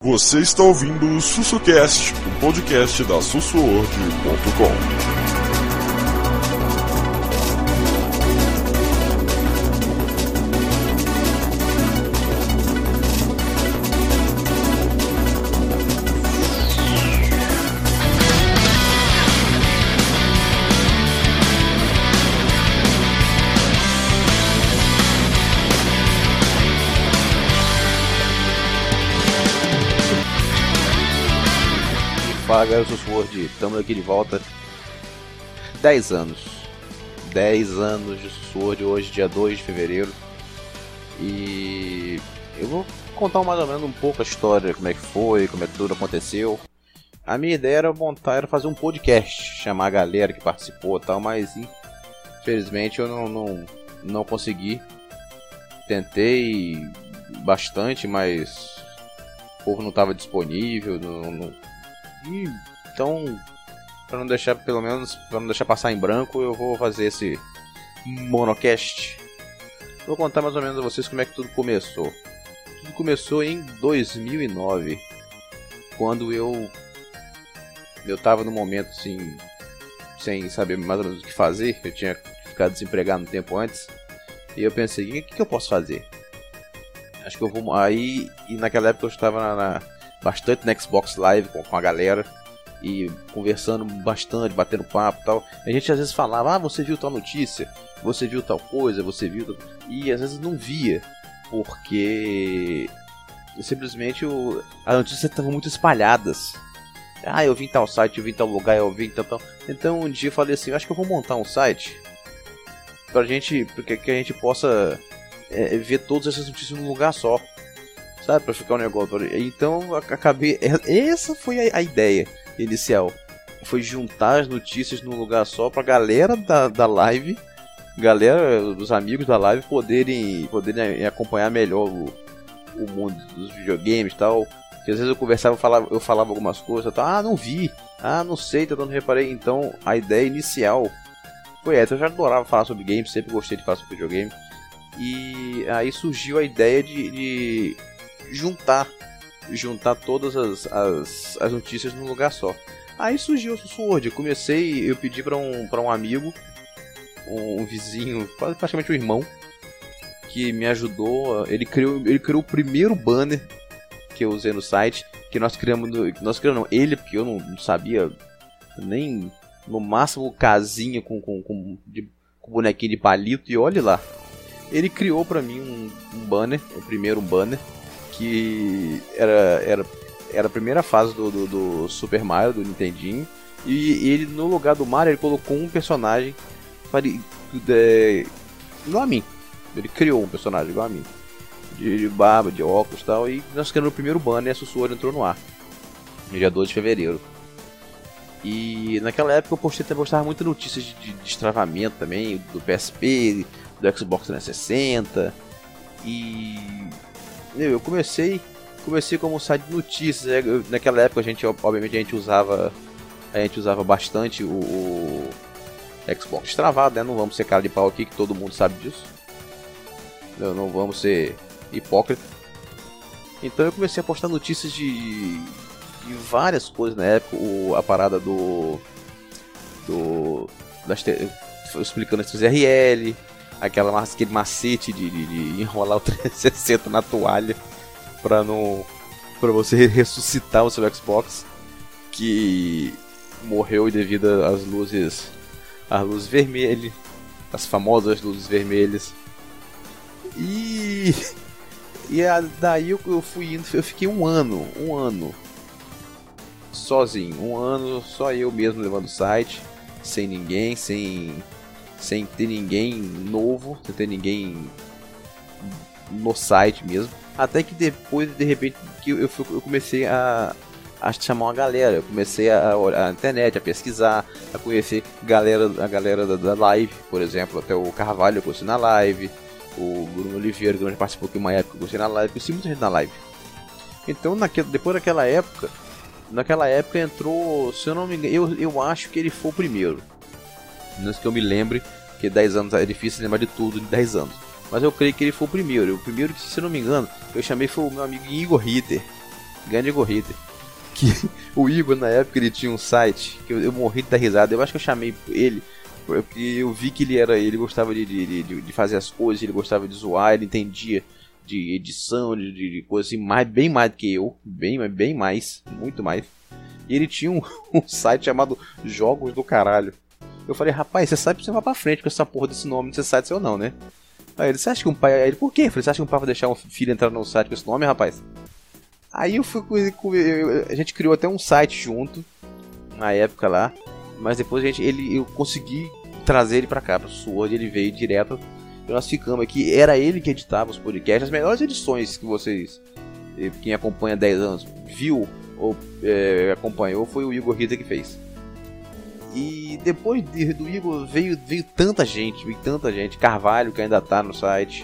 Você está ouvindo o SussuCast, o podcast da sussuworld.com. Fala galera, eu sou o Sword, estamos aqui de volta. 10 anos. 10 anos de Sword, hoje dia 2 de fevereiro. E eu vou contar mais ou menos um pouco a história, como é que foi, como é que tudo aconteceu. A minha ideia era fazer um podcast, chamar a galera que participou e tal, mas infelizmente eu não consegui. Tentei bastante, mas o povo não estava disponível, Então, para não deixar passar em branco, eu vou fazer esse monocast. Vou contar mais ou menos a vocês como é que tudo começou. Tudo começou em 2009, quando eu tava num momento assim, sem saber mais ou menos o que fazer. Eu tinha ficado desempregado um tempo antes, e eu pensei, o que eu posso fazer? Acho que eu vou aí, e naquela época eu estava bastante no Xbox Live com a galera e conversando bastante, batendo papo e tal. A gente às vezes falava, você viu tal notícia, você viu tal coisa, e às vezes não via, porque simplesmente as notícias estavam muito espalhadas. Eu vi em tal site, eu vi em tal lugar, eu vi em tal. Então um dia eu falei assim, acho que eu vou montar um site porque a gente possa ver todas essas notícias num lugar só, sabe, pra ficar um negócio. Então acabei. Essa foi a ideia inicial. Foi juntar as notícias num lugar só pra galera da live, dos amigos da live poderem acompanhar melhor o mundo dos videogames e tal. Porque às vezes eu falava algumas coisas, tal, não vi, não sei, não reparei. Então a ideia inicial foi essa. Eu já adorava falar sobre games, sempre gostei de falar sobre videogame. E aí surgiu a ideia de juntar todas as notícias num lugar só. Aí surgiu o Sword. Eu pedi pra um amigo, um vizinho, praticamente um irmão, que me ajudou. Ele criou o primeiro banner que eu usei no site, que nós criamos não, ele, porque eu não sabia nem, no máximo, casinha com bonequinho de palito, e olhe lá. Ele criou pra mim um banner, o primeiro banner, que era a primeira fase do Super Mario, do Nintendinho. E ele, no lugar do Mario, ele colocou um personagem igual a mim. Ele criou um personagem igual a mim, de barba, de óculos e tal. E nós criamos o primeiro banner, e a Sussuor entrou no ar no dia 2 de fevereiro. E naquela época eu postava muitas notícias de destravamento também, do PSP, do Xbox 360. E eu comecei como um site de notícias. Naquela época obviamente a gente usava bastante o Xbox travado, né? Não vamos ser cara de pau aqui, que todo mundo sabe disso. Não vamos ser hipócrita. Então eu comecei a postar notícias de várias coisas na época. A parada explicando as RL, aquele macete de enrolar o 360 na toalha pra você ressuscitar o seu Xbox, que morreu devido às luzes vermelhas, as famosas luzes vermelhas. E daí eu fui indo, eu fiquei um ano sozinho, só eu mesmo levando o site, sem ninguém, sem ter ninguém novo, sem ter ninguém no site mesmo. Até que depois, de repente, que eu comecei a chamar uma galera. Eu comecei a olhar na internet, a pesquisar, a conhecer a galera da live, por exemplo. Até o Carvalho eu conheci na live, o Bruno Oliveira, que já participou aqui uma época, eu conheci na live, conheci muita gente na live. Então, depois daquela época, entrou, se eu não me engano, eu acho que ele foi o primeiro. Não sei que eu me lembre, porque 10 anos é difícil lembrar de tudo em 10 anos. Mas eu creio que ele foi o primeiro. O primeiro que, se eu não me engano, eu chamei foi o meu amigo Igor Ritter. Grande Igor Ritter. Que o Igor, na época, ele tinha um site que eu morri de dar risada. Eu acho que eu chamei ele porque eu vi que ele gostava de fazer as coisas, ele gostava de zoar, ele entendia de edição, de coisa assim, bem mais do que eu, bem mais, muito mais. E ele tinha um site chamado Jogos do Caralho. Eu falei, rapaz, você sabe que você vai pra frente com essa porra desse nome, você sabe seu não, né? Aí ele, você acha que um pai... Aí ele, por quê? Eu falei, você acha que um pai vai deixar um filho entrar no site com esse nome, rapaz? Aí eu fui a gente criou até um site junto, na época lá, mas depois eu consegui trazer ele pra cá, pra Sword, ele veio direto, e nós ficamos aqui, era ele que editava os podcasts, as melhores edições que vocês, quem acompanha há 10 anos, viu ou acompanhou, foi o Igor Ritter que fez. E depois do Igor veio tanta gente, Carvalho, que ainda tá no site,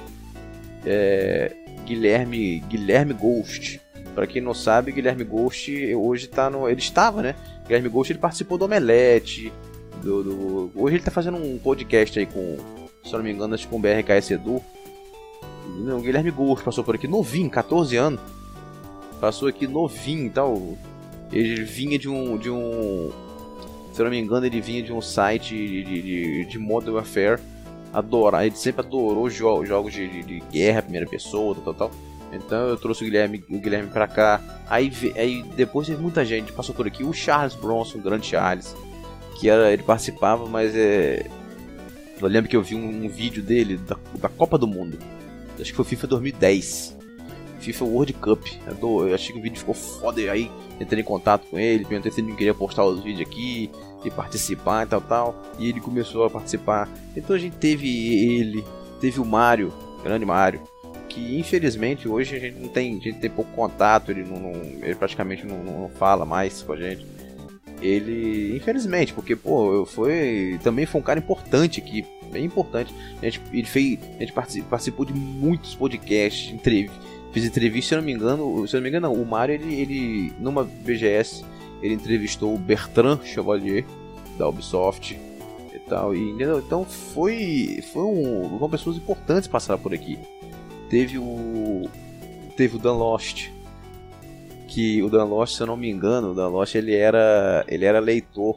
Guilherme Ghost. Pra quem não sabe, Guilherme Ghost hoje tá no... Ele estava, né? Guilherme Ghost, ele participou do Omelete. Hoje ele tá fazendo um podcast aí com... Se eu não me engano, acho que com o BRKS Edu. O Guilherme Ghost passou por aqui novinho, 14 anos. Passou aqui novinho e tal. Ele vinha de um... Se eu não me engano, ele vinha de um site de Modern Warfare. Ele sempre adorou jogos de guerra, primeira pessoa, tal. Então eu trouxe o Guilherme pra cá. Aí depois teve muita gente passou por aqui. O Charles Bronson, o grande Charles, que ele participava, mas eu lembro que eu vi um vídeo dele da Copa do Mundo. Acho que foi FIFA 2010. FIFA World Cup. Eu achei que o vídeo ficou foda. E aí entrei em contato com ele, perguntei se ele não queria postar os vídeos aqui e participar e tal. E ele começou a participar. Então a gente teve o grande Mário, que infelizmente hoje a gente tem pouco contato, ele praticamente não fala mais com a gente. Ele, infelizmente, porque também foi um cara importante aqui, bem importante. A gente participou de muitos podcasts, fiz entrevista, se eu não me engano, o Mário, ele numa BGS, ele entrevistou o Bertrand Chevalier da Ubisoft e tal, então foram pessoas importantes passaram por aqui. Teve o Dan Lost, que o Dan Lost, se eu não me engano, o Dan Lost ele era leitor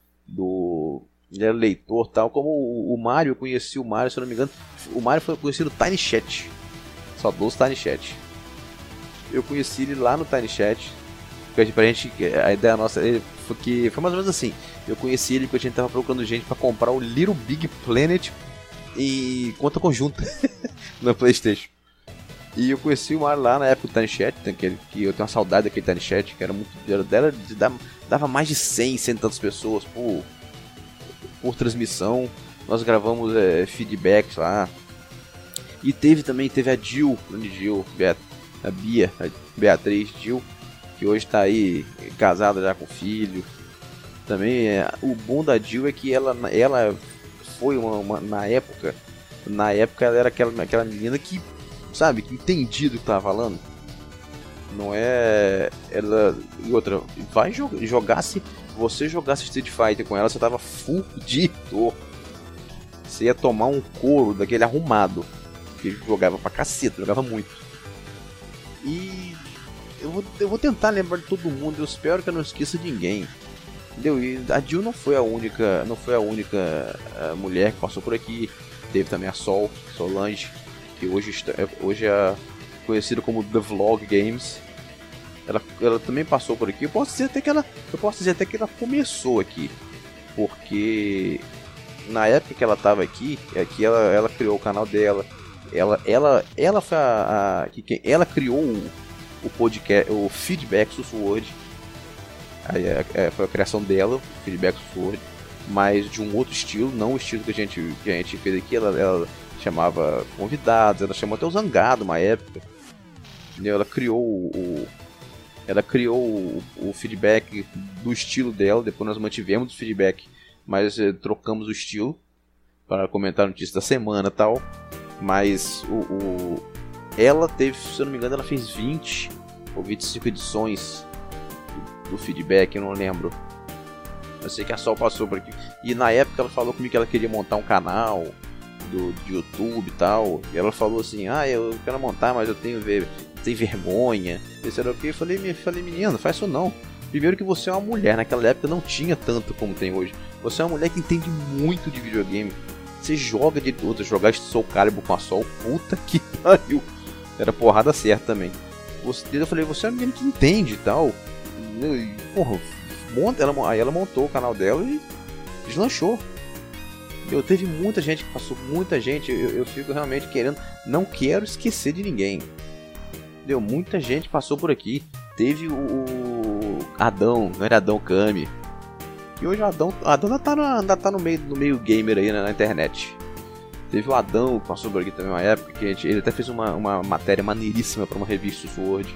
tal como o Mário. Eu conheci o Mário, se eu não me engano, o Mário foi conhecido no Tiny Chat, só dos Tiny Chat. Eu conheci ele lá no Tiny Chat, pra gente, a ideia nossa foi mais ou menos assim, eu conheci ele porque a gente tava procurando gente pra comprar o Little Big Planet em conta conjunta no PlayStation. E eu conheci o Mário lá na época do Tiny Chat, que eu tenho uma saudade daquele Tiny Chat, que era muito... dava mais de 100 e tantas pessoas por transmissão. Nós gravamos feedbacks lá. E teve a Jill, a Beatriz Jill, que hoje tá aí casada já com filho. Também, o bom da Jill é que ela foi na época ela era aquela menina que, sabe, que entendia do que tava falando. Não é... E outra, vai jogar, se você jogasse Street Fighter com ela, você tava fudido. Você ia tomar um couro daquele arrumado. Que ele jogava pra caceta, jogava muito. E eu vou tentar lembrar de todo mundo, eu espero que eu não esqueça de ninguém. Entendeu? E a Jill não foi a única mulher que passou por aqui. Teve também a Solange, que hoje é conhecida como The Vlog Games. Ela também passou por aqui. Eu posso dizer até que ela começou aqui, porque na época que ela estava aqui ela criou o canal dela. Ela foi ela criou o podcast, o Feedback Sword. Foi a criação dela, o Feedback Sword, mas de um outro estilo, não o estilo que a gente fez aqui. Ela chamava convidados, ela chamou até o Zangado uma época. Ela criou o feedback do estilo dela. Depois nós mantivemos o feedback, mas trocamos o estilo para comentar notícias da semana e tal. Mas ela teve, se eu não me engano, ela fez 20 ou 25 edições do feedback, eu não lembro. Eu sei que a Sol passou por aqui. E na época ela falou comigo que ela queria montar um canal de YouTube e tal. E ela falou assim, eu quero montar, mas eu tenho tem vergonha, esse era o que? Eu falei, menino, não faz isso não. Primeiro que você é uma mulher, naquela época não tinha tanto como tem hoje. Você é uma mulher que entende muito de videogame. Você joga de tudo, jogar Soul Calibur com a Sol, puta que pariu. Era porrada certa também. Eu falei, você é uma menina que entende e tal. E, porra, aí ela montou o canal dela e deslanchou. Teve muita gente que passou, muita gente. Eu fico realmente querendo, não quero esquecer de ninguém. Muita gente passou por aqui. Teve o Adão, não era Adão Kami. E hoje o Adão ainda tá no meio gamer aí na internet. Teve o Adão, que passou por aqui também uma época, que ele até fez uma matéria maneiríssima para uma revista Sword.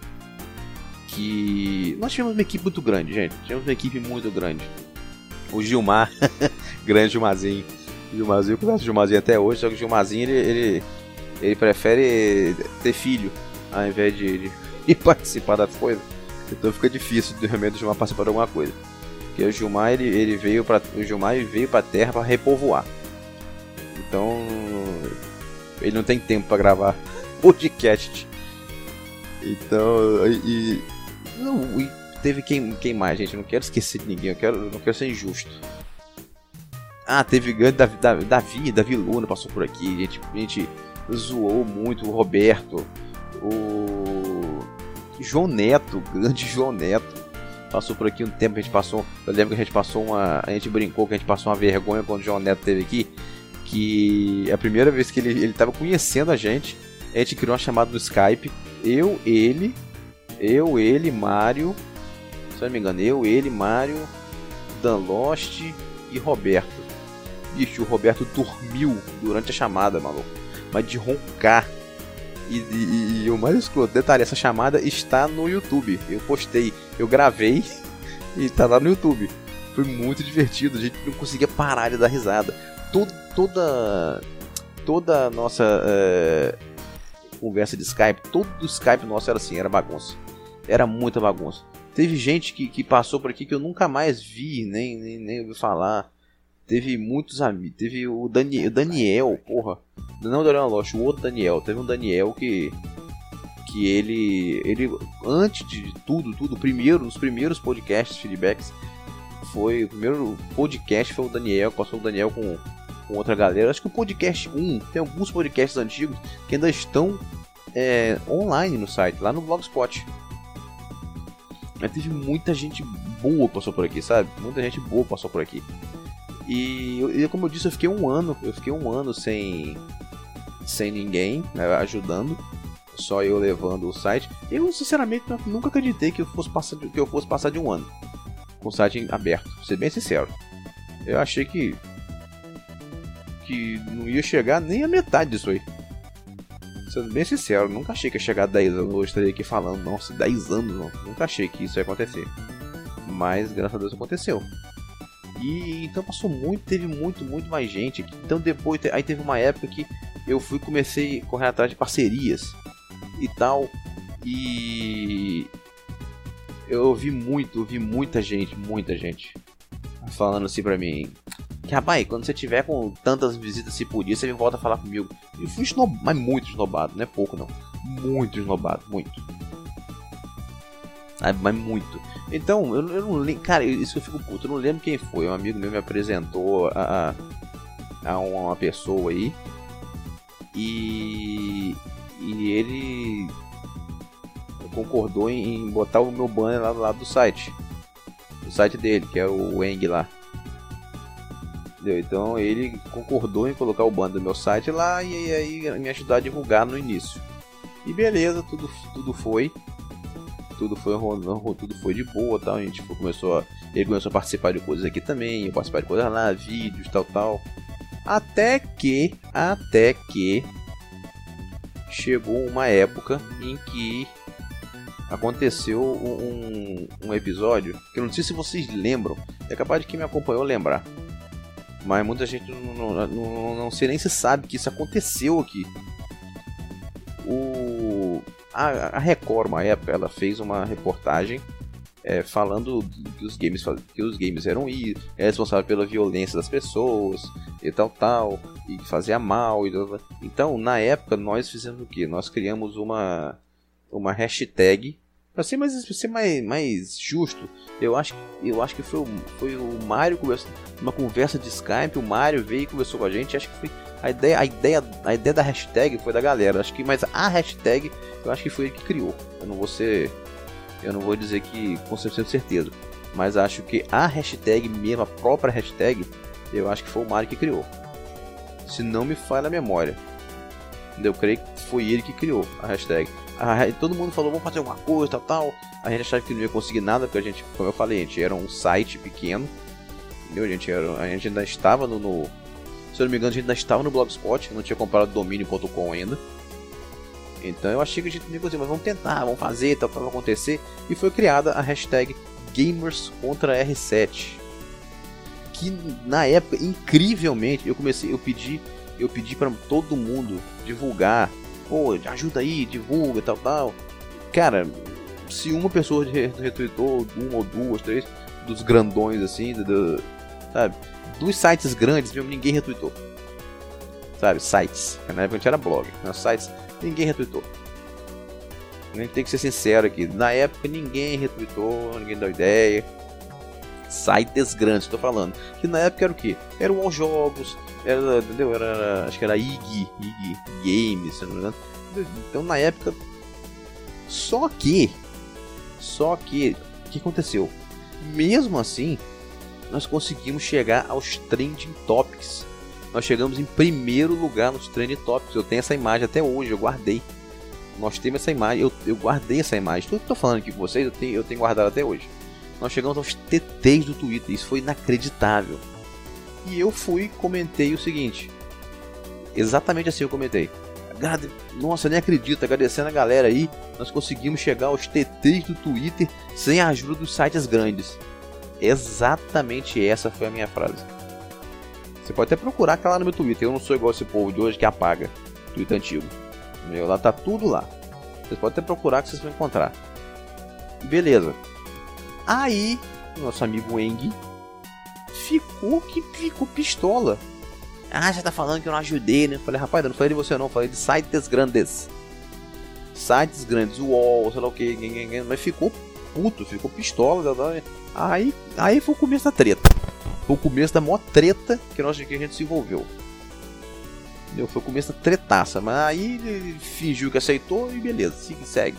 Que nós tínhamos uma equipe muito grande, gente. Tínhamos uma equipe muito grande. O Gilmar, grande Gilmarzinho. Eu converso com o Gilmarzinho até hoje, só que o Gilmarzinho ele prefere ter filho ao invés de participar das coisas. Então fica difícil de realmente o Gilmar participar de alguma coisa. Porque o Gilmar ele veio pra Terra para repovoar. Então ele não tem tempo para gravar podcast. Então e teve quem mais, gente? Eu não quero esquecer de ninguém, eu não quero ser injusto. Teve grande Davi Luna passou por aqui, a gente zoou muito o Roberto, o João Neto, grande João Neto, passou por aqui um tempo. Eu lembro que a gente brincou que a gente passou uma vergonha quando o João Neto esteve aqui, que a primeira vez que ele estava conhecendo a gente criou uma chamada no Skype, eu, ele, Mário, se eu não me engano, Mário, Dan Lost e Roberto. Bicho, o Roberto dormiu durante a chamada, maluco, mas de roncar. E o mais escroto, detalhe, essa chamada está no YouTube. Eu postei, eu gravei e está lá no YouTube. Foi muito divertido, a gente não conseguia parar de dar risada. Toda a nossa conversa de Skype, todo o Skype nosso era assim, era bagunça. Era muita bagunça. Teve gente que passou por aqui que eu nunca mais vi, nem ouvi falar. Teve muitos amigos. Teve o Daniel, porra. Não o Daniel Lost, o outro Daniel. Teve um Daniel que ele antes de tudo, os primeiros podcasts, feedbacks, o primeiro podcast foi o Daniel, passou o Daniel com outra galera. Acho que o podcast 1, tem alguns podcasts antigos que ainda estão online no site, lá no Blogspot. Mas teve muita gente boa que passou por aqui, sabe? Muita gente boa passou por aqui. E como eu disse, eu fiquei um ano sem ninguém, né, ajudando, só eu levando o site. Eu sinceramente nunca acreditei que eu fosse passar de um ano com o site aberto, pra ser bem sincero. Eu achei que não ia chegar nem a metade disso aí. Sendo bem sincero, nunca achei que ia chegar a 10 anos. Eu estaria aqui falando, nossa, 10 anos não. Nunca achei que isso ia acontecer. Mas graças a Deus aconteceu. E então teve muito mais gente. Então depois, aí teve uma época que eu comecei a correr atrás de parcerias e tal. E eu ouvi muita gente falando assim pra mim: que rapaz, quando você tiver com tantas visitas, se podia, você volta a falar comigo. Eu fui mas muito esnobado, não é pouco não. Muito esnobado, muito. Mas muito. Então, eu não lembro. Cara, isso que eu fico puto, eu não lembro quem foi. Um amigo meu me apresentou a uma pessoa aí. E ele concordou em botar o meu banner lá do lado do site. Do site dele, que é o Weng lá. Entendeu? Então ele concordou em colocar o banner do meu site lá e aí me ajudar a divulgar no início. E beleza, tudo foi. Tudo foi de boa, tal. A gente ele começou a participar de coisas aqui também, eu participar de coisas lá, vídeos, tal. Até que chegou uma época em que aconteceu um episódio que eu não sei se vocês lembram, é capaz de quem me acompanhou lembrar, mas muita gente não sei nem se sabe que isso aconteceu aqui. A Record, uma época, ela fez uma reportagem falando que os games eram responsáveis pela violência das pessoas e tal, e que fazia mal. Então, na época, nós fizemos o quê? Nós criamos uma uma hashtag. Pra ser mais justo, eu acho que foi o Mário uma conversa de Skype, o Mário veio e conversou com a gente. Acho que foi a ideia da hashtag foi da galera. Acho que, mas a hashtag eu acho que foi ele que criou. Eu não vou dizer que com 100% certeza, mas acho que a hashtag mesmo, a própria hashtag, eu acho que foi o Mário que criou. Se não me falha a memória, eu creio que foi ele que criou a hashtag. Todo mundo falou, vamos fazer alguma coisa, tal. A gente achava que não ia conseguir nada, porque a gente, como eu falei, a gente era um site pequeno, entendeu? A gente ainda estava se eu não me engano, a gente ainda estava no Blogspot, não tinha comprado domínio.com ainda. Então eu achei que a gente não ia conseguir, mas vamos tentar, vamos fazer, tal, vai acontecer. E foi criada a hashtag Gamers contra R7. Que na época, incrivelmente, eu pedi para todo mundo divulgar. Pô, ajuda aí, divulga, tal. Cara, se uma pessoa retweetou, uma ou duas, três, dos grandões assim, sabe? Dos sites grandes, ninguém retweetou. Sabe, sites. Na época a gente era blog, mas sites, ninguém retweetou. A gente tem que ser sincero aqui. Na época ninguém retweetou, ninguém deu ideia. Sites grandes, tô falando. Que na época era o quê? Era o All Jogos, entendeu? Acho que era IG Games, se não me engano. Então na época. Só que o que aconteceu? Mesmo assim, nós conseguimos chegar aos Trending Topics. Nós chegamos em primeiro lugar nos Trending Topics. Eu tenho essa imagem até hoje, eu guardei. Nós temos essa imagem, eu guardei essa imagem. Tudo que eu tô falando aqui com vocês, eu tenho guardado até hoje. Nós chegamos aos TTs do Twitter, isso foi inacreditável. E eu comentei o seguinte, exatamente assim eu comentei. Nossa, eu nem acredito, agradecendo a galera aí, nós conseguimos chegar aos TTs do Twitter sem a ajuda dos sites grandes. Exatamente essa foi a minha frase. Você pode até procurar aquela lá no meu Twitter, eu não sou igual esse povo de hoje que apaga Twitter antigo. Meu, lá tá tudo lá. Vocês podem até procurar que vocês vão encontrar. Beleza. Aí, nosso amigo Eng ficou pistola. Ah, você tá falando que eu não ajudei, né? Eu falei, rapaz, eu não falei de você não, eu falei de sites grandes. Sites grandes, UOL, sei lá o que, mas ficou puto, ficou pistola. Aí foi o começo da treta. Foi o começo da maior treta que a gente se envolveu. Entendeu? Foi o começo da tretaça, mas aí ele fingiu que aceitou e beleza, segue.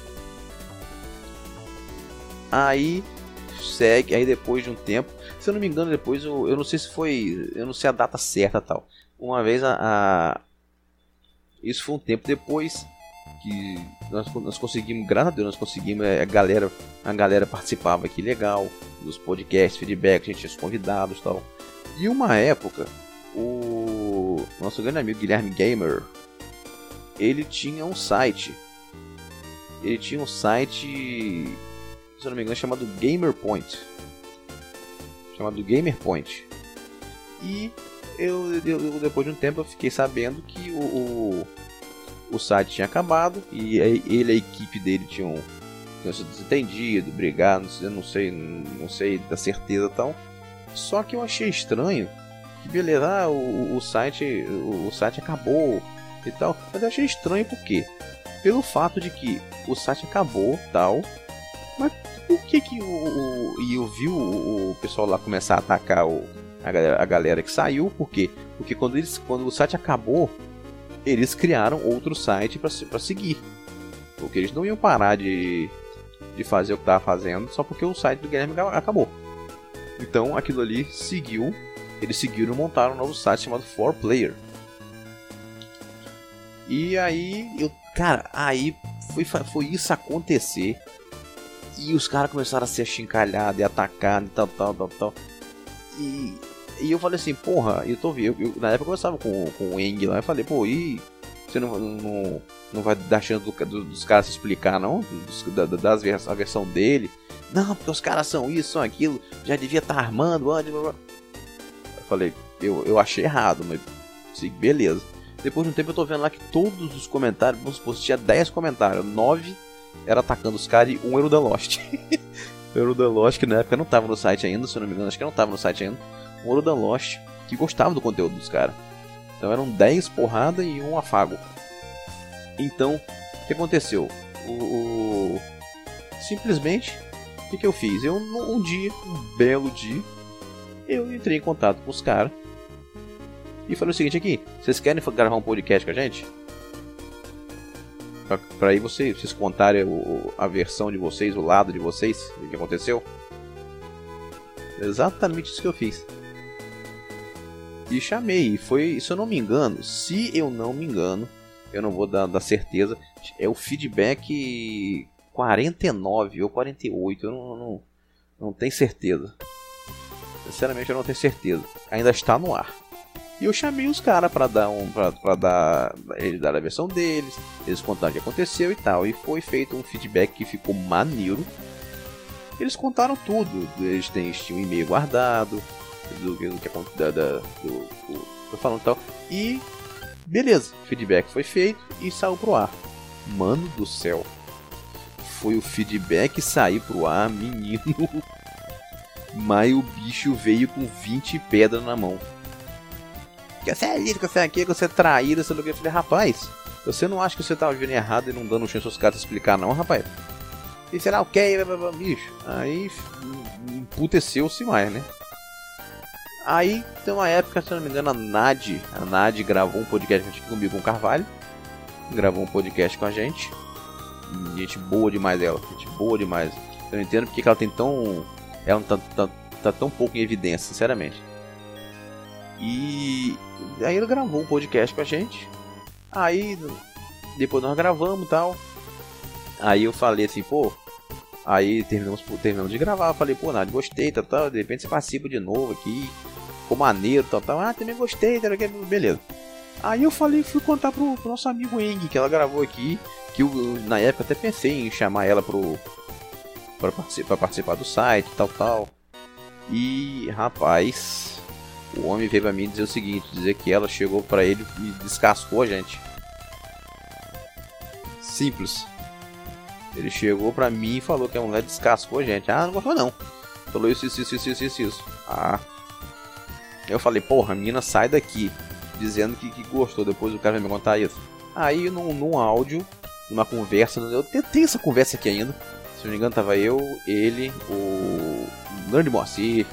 Aí segue, aí depois de um tempo, se eu não me engano, depois eu não sei se foi, eu não sei a data certa tal. Uma vez isso foi um tempo depois que nós conseguimos, graças a Deus, nós conseguimos, a galera participava aqui legal, dos podcasts, feedback, a gente tinha os convidados e tal. E uma época, o nosso grande amigo Guilherme Gamer, ele tinha um site, se eu não me engano, chamado GamerPoint. E eu depois de um tempo eu fiquei sabendo que o site tinha acabado e ele e a equipe dele tinham sido desentendido, brigado, não sei da certeza e tal. Só que eu achei estranho que beleza, o site acabou e tal, mas eu achei estranho por quê? Pelo fato de que o site acabou tal, mas por que e eu vi o pessoal lá começar a atacar a galera que saiu? Por quê? Porque quando o site acabou, eles criaram outro site para seguir. Porque eles não iam parar de fazer o que estava fazendo só porque o site do Guilherme acabou. Então aquilo ali seguiu. Eles seguiram e montaram um novo site chamado 4Player. E aí, aí foi isso acontecer. E os caras começaram a ser achincalhados e atacados e tal. E eu falei assim, porra, na época eu conversava com o Eng lá, eu falei, pô, e você não vai dar chance dos caras se explicar, não? A versão dele? Não, porque os caras são isso, são aquilo, já devia estar armando antes. Eu falei, eu achei errado, mas sim, beleza. Depois de um tempo eu tô vendo lá que todos os comentários, vamos supor, tinha 10 comentários, 9 era atacando os caras e um era o The Lost. Era o The Lost, que na época não tava no site ainda, se eu não me engano, acho que não tava no site ainda. Um era o The Lost, que gostava do conteúdo dos caras. Então eram 10 porrada e um afago. Então, o que aconteceu? simplesmente, o que eu fiz? Um belo dia, eu entrei em contato com os caras e falei o seguinte aqui: vocês querem gravar um podcast com a gente? Pra aí vocês contarem a versão de vocês, o lado de vocês, o que aconteceu. Exatamente isso que eu fiz. E chamei, foi, se eu não me engano, eu não vou dar certeza, é o feedback 49 ou 48, eu não tenho certeza. Sinceramente eu não tenho certeza. Ainda está no ar. E eu chamei os caras pra dar eles dar a versão deles, eles contaram o que aconteceu e tal. E foi feito um feedback que ficou maneiro. Eles contaram tudo. Eles tinham um e-mail guardado do que tô falando e tal. E beleza, o feedback foi feito e saiu pro ar. Mano do céu, foi o feedback sair pro ar, menino. Mas o bicho veio com 20 pedras na mão. Que você é isso, que você é aquilo, que você é traído, sei lá o que. Eu falei, rapaz, você não acha que você tá vivendo errado e não dando chance aos caras explicar não, rapaz? E será o que? Bicho. Aí emputeceu-se mais, né? Aí tem uma época, se eu não me engano, a Nad gravou um podcast aqui comigo, com o Carvalho. Gravou um podcast com a gente. Gente boa demais ela, gente boa demais. Eu não entendo porque ela tem tão... Ela não tá tão pouco em evidência, sinceramente. E aí ele gravou um podcast com a gente. Aí depois nós gravamos e tal. Aí eu falei assim, pô. Aí terminamos de gravar. Eu falei, pô, Nath, gostei, tal. De repente você participa de novo aqui. Ficou maneiro, tal. Ah, também gostei, tal, beleza. Aí eu fui contar pro nosso amigo Eng, que ela gravou aqui. Que eu, na época, até pensei em chamar ela pra participar do site, tal. E, rapaz, o homem veio pra mim dizer o seguinte, dizer que ela chegou pra ele e descascou a gente. Simples. Ele chegou pra mim e falou que a mulher descascou a gente. Ah, não gostou não. Falou isso. Ah. Eu falei, porra, a menina sai daqui. Dizendo que gostou, depois o cara vai me contar isso. Aí num áudio, numa conversa, eu tentei essa conversa aqui ainda. Se não me engano tava eu, ele, o grande Moacir.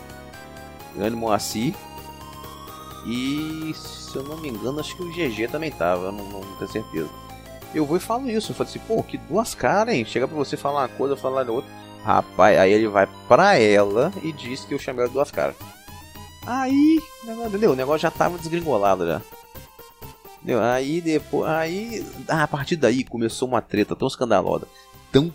E se eu não me engano, acho que o GG também tava, eu não tenho certeza. Eu vou e falo isso, eu falo assim, pô, que duas caras, hein? Chega pra você falar uma coisa, falar outra. Rapaz, aí ele vai pra ela e diz que eu chamei ela de duas caras. Aí, entendeu? O negócio já tava desgringolado já. Entendeu? Aí depois, a partir daí começou uma treta tão escandalosa, tão,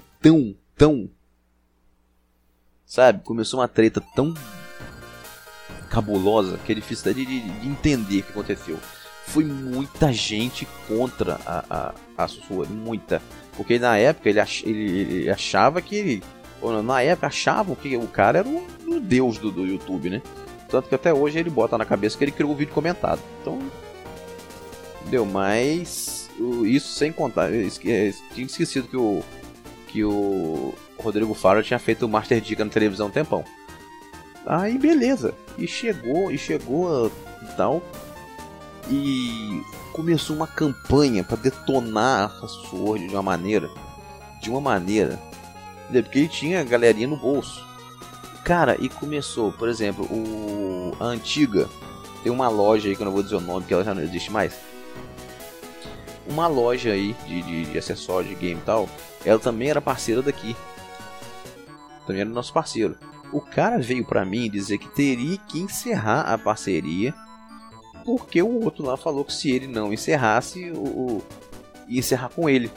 sabe? Começou uma treta tão cabulosa que é difícil de entender o que aconteceu. Foi muita gente contra a Sussurro, muita. Porque na época ele achava que na época achavam que o cara era o deus do YouTube, né? Tanto que até hoje ele bota na cabeça que ele criou o vídeo comentado. Então, entendeu? Mas isso sem contar, eu tinha esquecido que o Rodrigo Faro tinha feito o Master Dica na televisão um tempão. Aí beleza, e chegou e tal. E começou uma campanha para detonar a Sword de uma maneira, entendeu? Porque ele tinha a galerinha no bolso. Cara, e começou, por exemplo, a antiga, tem uma loja aí que eu não vou dizer o nome, que ela já não existe mais. Uma loja aí de acessórios de game e tal, ela também era parceira daqui. Também era nosso parceiro. O cara veio pra mim dizer que teria que encerrar a parceria, porque o outro lá falou que se ele não encerrasse, ia encerrar com ele.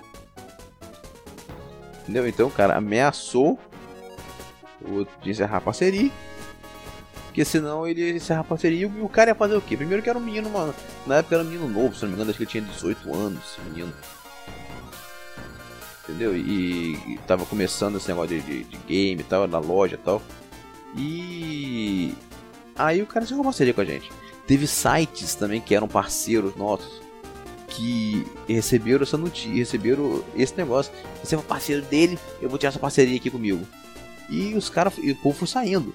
Entendeu? Então o cara ameaçou o outro de encerrar a parceria, porque senão ele ia encerrar a parceria e o cara ia fazer o quê? Primeiro que era um menino, mano. Na época era um menino novo, se não me engano, acho que ele tinha 18 anos, menino. Entendeu? E tava começando esse negócio de game e tal, na loja e tal. E aí o cara encerrou a parceria com a gente. Teve sites também que eram parceiros nossos que receberam essa notícia, receberam esse negócio. Você é parceiro dele, eu vou tirar essa parceria aqui comigo. E os caras, o povo foi saindo.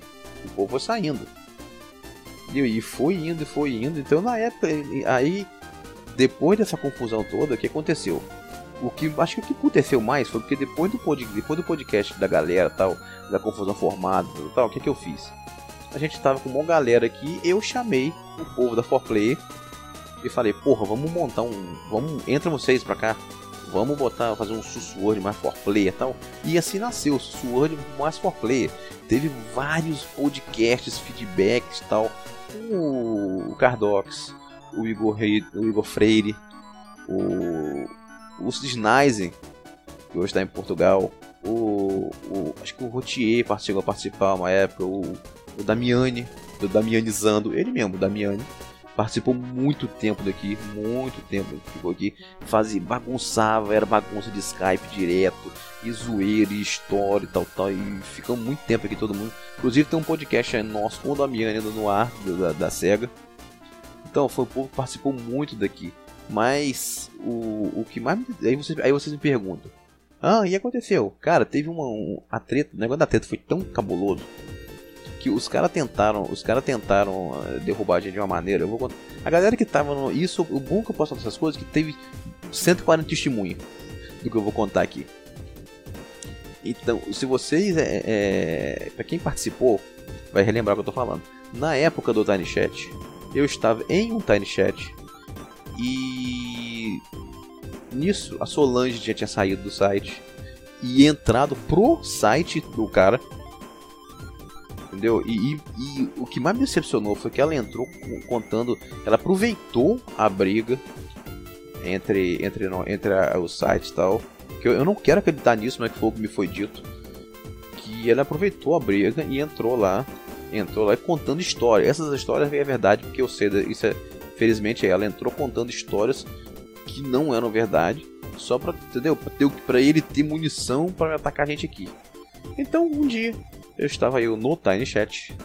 E foi indo. Então na época, aí depois dessa confusão toda, o que aconteceu? Acho que o que aconteceu mais foi porque depois do podcast da galera tal, da confusão formada tal, o que eu fiz? A gente tava com uma galera aqui, eu chamei o povo da 4Player e falei, porra, vamos montar entra vocês pra cá, vamos fazer um Sussurro mais 4Player e tal. E assim nasceu o Sussurro mais 4Player. Teve vários podcasts, feedbacks e tal. O Cardox, o Igor Freire, o Sneisen, que hoje está em Portugal, acho que o Rotier chegou a participar uma época, o Damiani, do Damianizando, ele mesmo, o Damiani, participou muito tempo daqui, ficou aqui, bagunçava, era bagunça de Skype direto, e zoeira, e história e tal, e ficou muito tempo aqui todo mundo. Inclusive tem um podcast nosso com o Damiani ainda no ar, da SEGA. Então foi o povo que participou muito daqui. Mas o que mais... Aí vocês me perguntam, e o que aconteceu? Cara, teve a treta, o negócio da treta foi tão cabuloso que os caras tentaram derrubar a gente de uma maneira. A galera que tava isso, o bom que eu posso falar dessas coisas é que teve 140 testemunhas do que eu vou contar aqui. Então, se vocês pra quem participou vai relembrar o que eu tô falando. Na época do Tiny Chat, eu estava em um Tiny Chat e nisso a Solange já tinha saído do site e entrado pro site do cara. Entendeu? E o que mais me decepcionou foi que ela entrou contando, ela aproveitou a briga entre os sites e tal. Que eu não quero acreditar nisso, mas que foi o que me foi dito. Que ela aproveitou a briga e entrou lá contando histórias. Essas histórias é verdade, porque eu sei isso. Felizmente ela entrou contando histórias que não eram verdade, só pra, entendeu? Pra ele ter munição pra atacar a gente aqui. Então um dia eu estava no Tiny Chat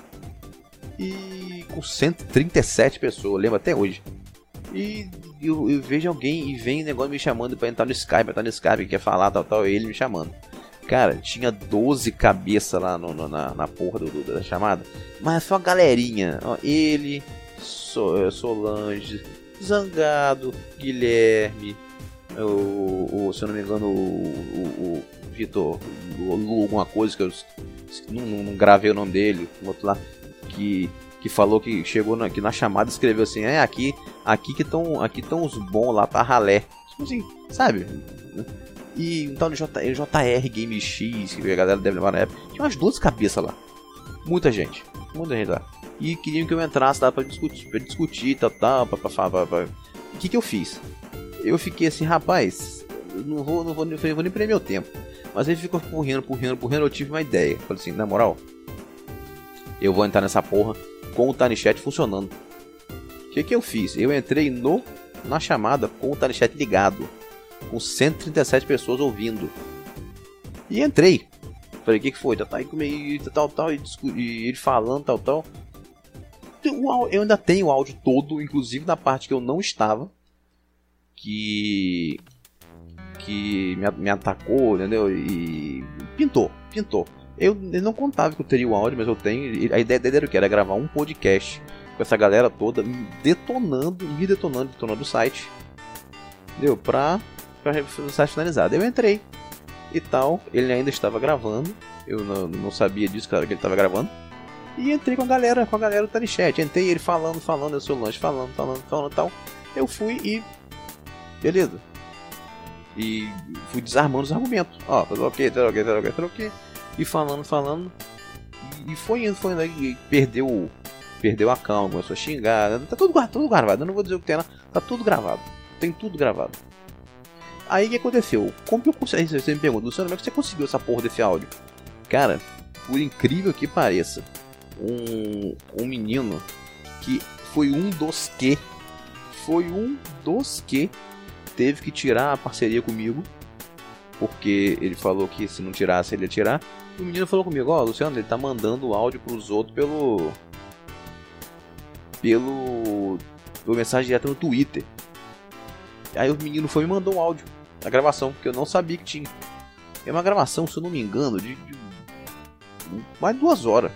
e com 137 pessoas, lembro até hoje. E eu vejo alguém e vem negócio me chamando pra entrar no Skype, quer falar, tal, e ele me chamando. Cara, tinha 12 cabeças lá na porra da chamada, mas só uma galerinha, ele, Solange, Zangado, Guilherme, se eu não me engano, o Vitor, alguma coisa que eu não gravei o nome dele, um outro lá, que falou que chegou aqui na chamada e escreveu assim, aqui estão os bons lá pra ralé, tipo assim, sabe? E então no JR Game X, que a galera deve levar na época, tinha umas 12 cabeças lá, muita gente lá, e queriam que eu entrasse lá pra discutir, tal, o que eu fiz? Eu fiquei assim, rapaz, não vou nem perder meu tempo. Mas ele ficou empurrando, eu tive uma ideia. Falei assim, na moral, eu vou entrar nessa porra com o Tiny Chat funcionando. O que eu fiz? Eu entrei na chamada com o Tiny Chat ligado, com 137 pessoas ouvindo. E entrei. Falei, o que foi? Tá aí comigo, tal, e ele falando, tal. Eu ainda tenho o áudio todo, inclusive na parte que eu não estava, que me atacou, entendeu? E pintou. Eu não contava que eu teria o áudio, mas eu tenho. A ideia dele era o que? Era gravar um podcast com essa galera toda me detonando o site, entendeu? Pra o site finalizado. Eu entrei e tal, ele ainda estava gravando, eu não sabia disso, cara, que ele estava gravando. E entrei com a galera do Tiny Chat. Entrei ele falando, eu sou o Lanche, falando tal. Eu fui e beleza. E fui desarmando os argumentos. Tudo ok. E falando. E foi indo. E perdeu a calma, começou a xingar. Tá tudo gravado. Eu não vou dizer o que tem lá. Tá tudo gravado. Tem tudo gravado. Aí o que aconteceu? Como que eu consegui? Você me pergunta, Luciano, como é que você conseguiu essa porra desse áudio? Cara, por incrível que pareça, um menino que foi um dos que teve que tirar a parceria comigo, porque ele falou que se não tirasse ele ia tirar. E o menino falou comigo, Luciano, ele tá mandando o áudio pros outros pelo mensagem direta no Twitter. Aí o menino foi e me mandou um áudio, a gravação, porque eu não sabia que tinha. É uma gravação, se eu não me engano, de mais de 2 horas.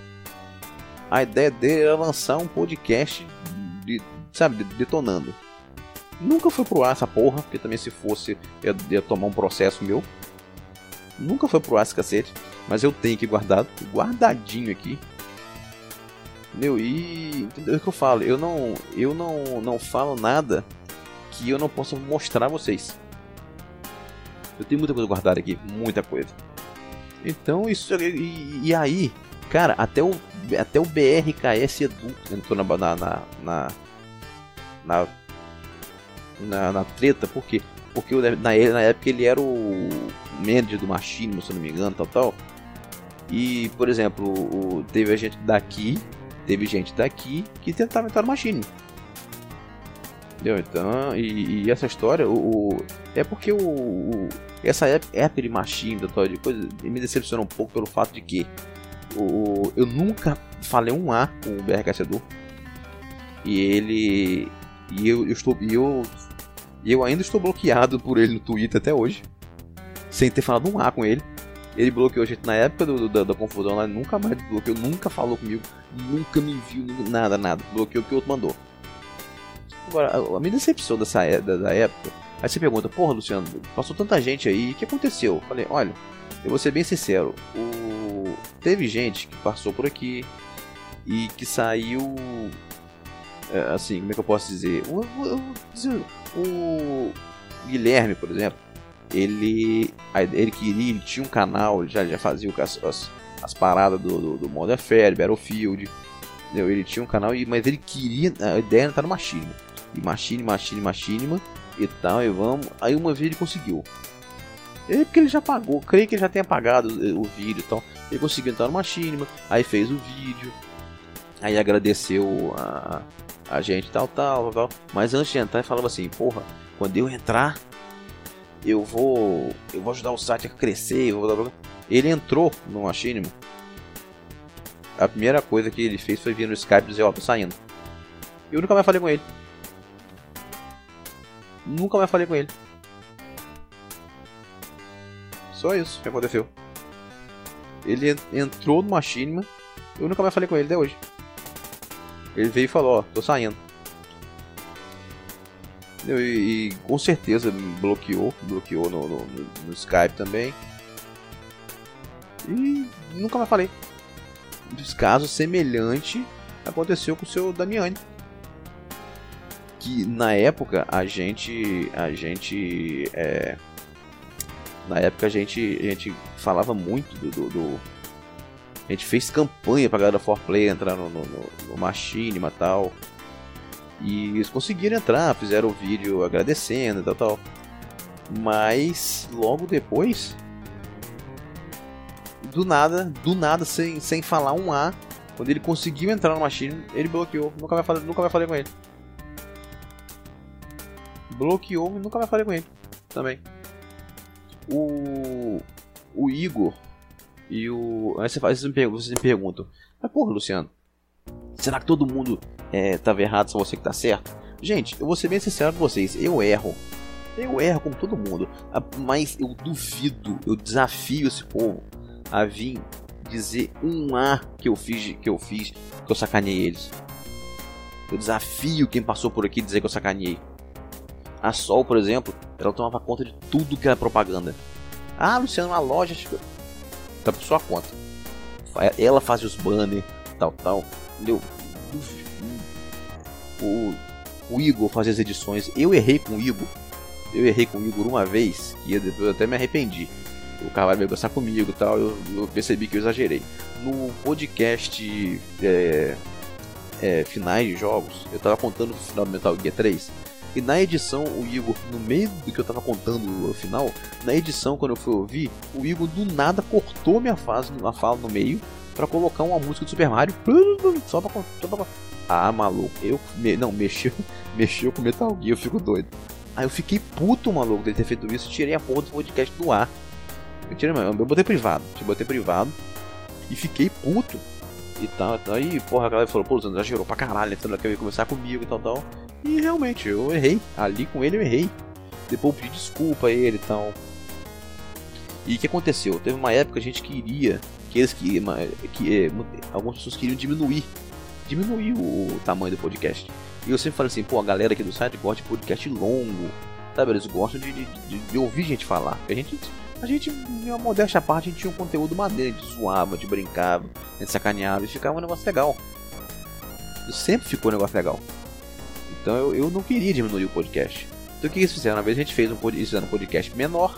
A ideia dele era lançar um podcast detonando. Nunca foi pro ar essa porra, porque também se fosse, ia tomar um processo meu. Nunca foi pro ar esse cacete, mas eu tenho aqui guardadinho aqui. Entendeu? E entendeu o que eu falo? Eu não falo nada que eu não possa mostrar a vocês. Eu tenho muita coisa guardada aqui, muita coisa. Então isso e aí, cara, até o BRKS Edu entrou na treta, por quê? Porque na época ele era o manager do Machinima, se eu não me engano, tal. E, por exemplo, teve gente daqui que tentava entrar no Machinima. Entendeu? Então, e essa história, é porque essa época de Machinima, tal de coisa, me decepcionou um pouco pelo fato de que eu nunca falei um A com o BRKS Edu. E eu ainda estou bloqueado por ele no Twitter até hoje, sem ter falado um A com ele. Ele bloqueou a gente na época da confusão lá, nunca mais bloqueou, nunca falou comigo, nunca me viu, nada. Bloqueou o que o outro mandou. Agora, a minha decepção da época, aí você pergunta, porra, Luciano, passou tanta gente aí, o que aconteceu? Eu falei, olha, eu vou ser bem sincero, teve gente que passou por aqui e que saiu, assim, como é que eu posso dizer? O Guilherme, por exemplo, ele tinha um canal, já fazia as paradas do Modern Warfare, Battlefield, entendeu? Ele tinha um canal, mas ele queria, a ideia era estar no Machinima, e Machinima e tal, e vamos, aí uma vez ele conseguiu. Porque ele já pagou, creio que ele já tenha pagado o vídeo e tal. Ele conseguiu entrar no Machinima, aí fez o vídeo, aí agradeceu a gente tal. Mas antes de entrar ele falava assim, porra, quando eu entrar, eu vou ajudar o site a crescer, Ele entrou no Machinima, a primeira coisa que ele fez foi vir no Skype e dizer, ó, tô saindo. Eu nunca mais falei com ele. Só isso que aconteceu. Ele entrou no Machinima, eu nunca mais falei com ele até hoje. Ele veio e falou, ó, tô saindo. E com certeza me bloqueou no Skype também. E nunca mais falei. Um caso semelhante aconteceu com o seu Damiani. Que na época a gente falava muito a gente fez campanha pra galera 4Play entrar no Machinima e tal. E eles conseguiram entrar, fizeram o vídeo agradecendo e tal. Mas logo depois, do nada, sem falar um A, quando ele conseguiu entrar no Machinima, ele bloqueou. Nunca mais falei com ele. Bloqueou e nunca mais falei com ele também. O Igor e o... Aí vocês me perguntam, mas porra, Luciano, será que todo mundo tava errado, só você que tá certo? Gente, eu vou ser bem sincero com vocês, eu erro como todo mundo, mas eu duvido, eu desafio esse povo a vir dizer um A que eu fiz, que eu sacaneei eles. Eu desafio quem passou por aqui dizer que eu sacaneei. A Sol, por exemplo, ela tomava conta de tudo que era propaganda. Ah, Luciano, a loja tá por sua conta. Ela fazia os banners, tal. Entendeu? O Igor fazia as edições. Eu errei com o Igor uma vez, e depois eu até me arrependi. O Carvalho veio gostar comigo e tal, eu percebi que eu exagerei. No podcast finais de jogos, eu tava contando o final do Metal Gear 3. E na edição, o Igor, no meio do que eu tava contando o final, na edição, quando eu fui ouvir, o Igor do nada cortou a fala no meio pra colocar uma música do Super Mario. Só pra... Ah, maluco, mexeu com Metal Gear, eu fico doido. Aí eu fiquei puto, maluco, dele ter feito isso, tirei a porra do podcast do ar. Eu botei privado, e fiquei puto. E tal, aí, porra, a galera falou, pô, você exagerou pra caralho, então quer conversar comigo e tal. E realmente, eu errei. Ali com ele eu errei. Depois eu pedi desculpa a ele e tal. E o que aconteceu? Teve uma época que a gente queria algumas pessoas queriam diminuir o tamanho do podcast. E eu sempre falei assim, pô, a galera aqui do site gosta de podcast longo, sabe? Eles gostam de ouvir gente falar. A gente, em uma modéstia à parte, a gente tinha um conteúdo maneiro, a gente zoava, a gente brincava, a gente sacaneava e ficava um negócio legal. E sempre ficou um negócio legal. Então eu não queria diminuir o podcast. Então o que eles fizeram? Uma vez a gente fez um podcast menor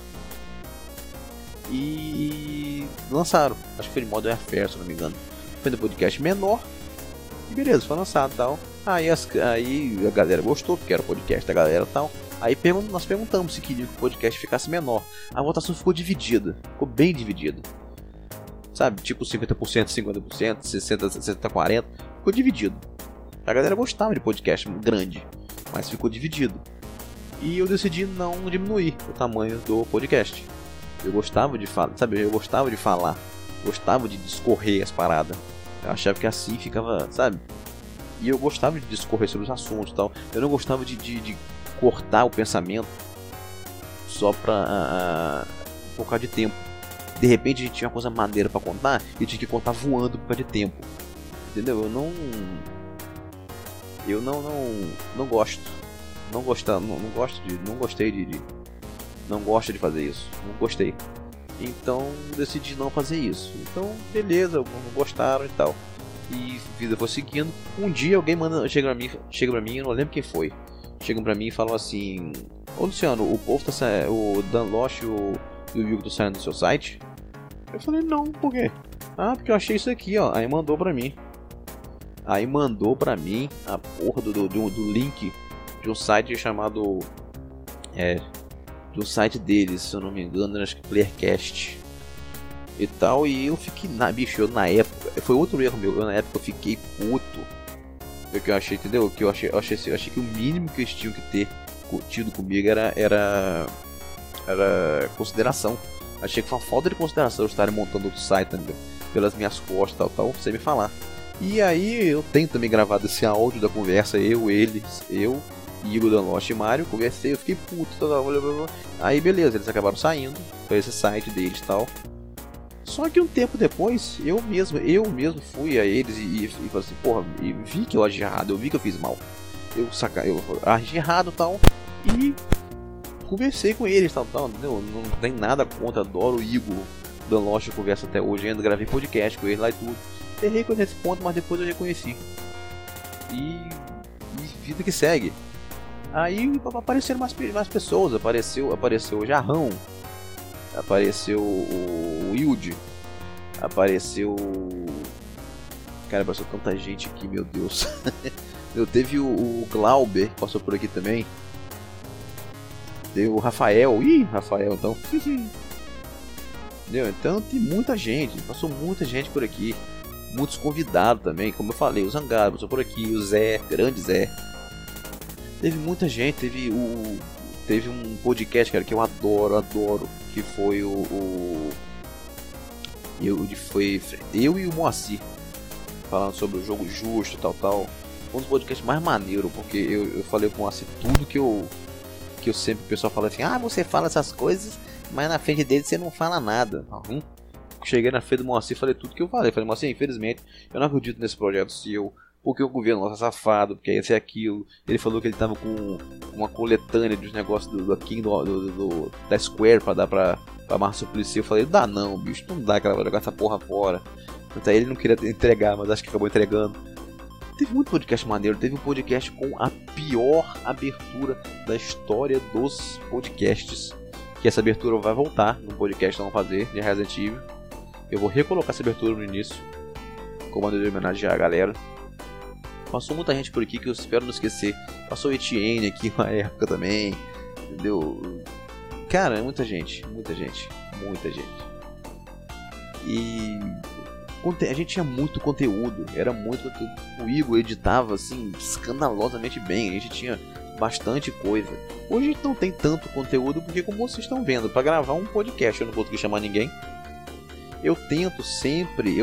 e lançaram. Acho que foi em modo Airfare, se não me engano. Foi um podcast menor e beleza, foi lançado e tal. Aí a galera gostou, porque era o podcast da galera e tal. Aí nós perguntamos se queria que o podcast ficasse menor. A votação ficou dividida, ficou bem dividida. Sabe, tipo 50%, 50%, 60%, 40%. Ficou dividido. A galera gostava de podcast grande, mas ficou dividido. E eu decidi não diminuir o tamanho do podcast. Eu gostava de falar, sabe? Eu gostava de falar, gostava de discorrer as paradas. Eu achava que assim ficava, sabe? E eu gostava de discorrer sobre os assuntos e tal. Eu não gostava de cortar o pensamento só pra por causa de tempo. De repente a gente tinha uma coisa maneira pra contar e tinha que contar voando por causa de tempo. Entendeu? Eu não gosto. Não gosto de fazer isso. Não gostei. Então decidi não fazer isso. Então beleza, não gostaram e tal. E a vida foi seguindo. Um dia alguém chega pra mim, eu não lembro quem foi. Chegam pra mim e falam assim: ô Luciano, o povo o Dan Lost e o Yugo estão saindo do seu site? Eu falei, não, por quê? Ah, porque eu achei isso aqui, ó. Aí mandou pra mim a porra do link de um site chamado de um site deles, se eu não me engano, acho que Playercast e tal. E eu fiquei bicho, na época, foi outro erro meu, na época eu fiquei puto. O que eu achei, entendeu? Eu achei que o mínimo que eles tinham que ter tido comigo era consideração. Achei que foi uma falta de consideração estarem montando outro site também, pelas minhas costas tal, sem me falar. E aí eu tenho também gravado esse áudio da conversa, eu, Igor, Dan Lost e Mario, conversei, eu fiquei puto, aí beleza, eles acabaram saindo para esse site deles e tal. Só que um tempo depois, eu mesmo fui a eles e falei assim, porra, e vi que eu agi errado, eu vi que eu fiz mal. Eu agi errado e tal, e conversei com eles tal, entendeu? Não tem nada contra, adoro o Igor, Dan Lost, eu converso até hoje, ainda gravei podcast com ele lá e tudo. Errei nesse ponto, mas depois eu reconheci. E vida que segue. Aí apareceram mais pessoas, apareceu o Jarrão, apareceu o Wilde, apareceu... Cara, apareceu tanta gente aqui, meu Deus. Teve o Glauber, que passou por aqui também. Deu o Rafael, Rafael então. Entendeu? Então tem muita gente, passou muita gente por aqui. Muitos convidados também, como eu falei, o Zangado passou por aqui, o Zé, grande Zé. Teve muita gente, teve um podcast, cara, que eu adoro, que foi foi eu e o Moacir falando sobre o jogo justo, tal. Um dos podcasts mais maneiros, porque eu falei com o Moacir tudo que eu sempre, o pessoal fala assim, você fala essas coisas, mas na frente dele você não fala nada. Cheguei na frente do Moacir e falei tudo que eu falei. Falei, Moacir, infelizmente, eu não acredito nesse projeto seu, porque o governo nosso é safado, porque esse é aquilo. Ele falou que ele tava com uma coletânea dos negócios da Square pra dar pra Marca Suplicy. Eu falei, dá não, bicho, não dá, cara, vai jogar essa porra fora. Então ele não queria entregar, mas acho que acabou entregando. Teve muito podcast maneiro, teve um podcast com a pior abertura da história dos podcasts. Que essa abertura vai voltar no podcast que vamos fazer de Resident Evil. Eu vou recolocar essa abertura no início, como maneira de homenagear a galera. Passou muita gente por aqui que eu espero não esquecer. Passou o Etienne aqui uma época também, entendeu? Cara, muita gente. E a gente tinha muito conteúdo, era muito conteúdo. O Igor editava assim escandalosamente bem, a gente tinha bastante coisa. Hoje a gente não tem tanto conteúdo porque, como vocês estão vendo, para gravar um podcast eu não vou conseguir chamar ninguém. Eu tento sempre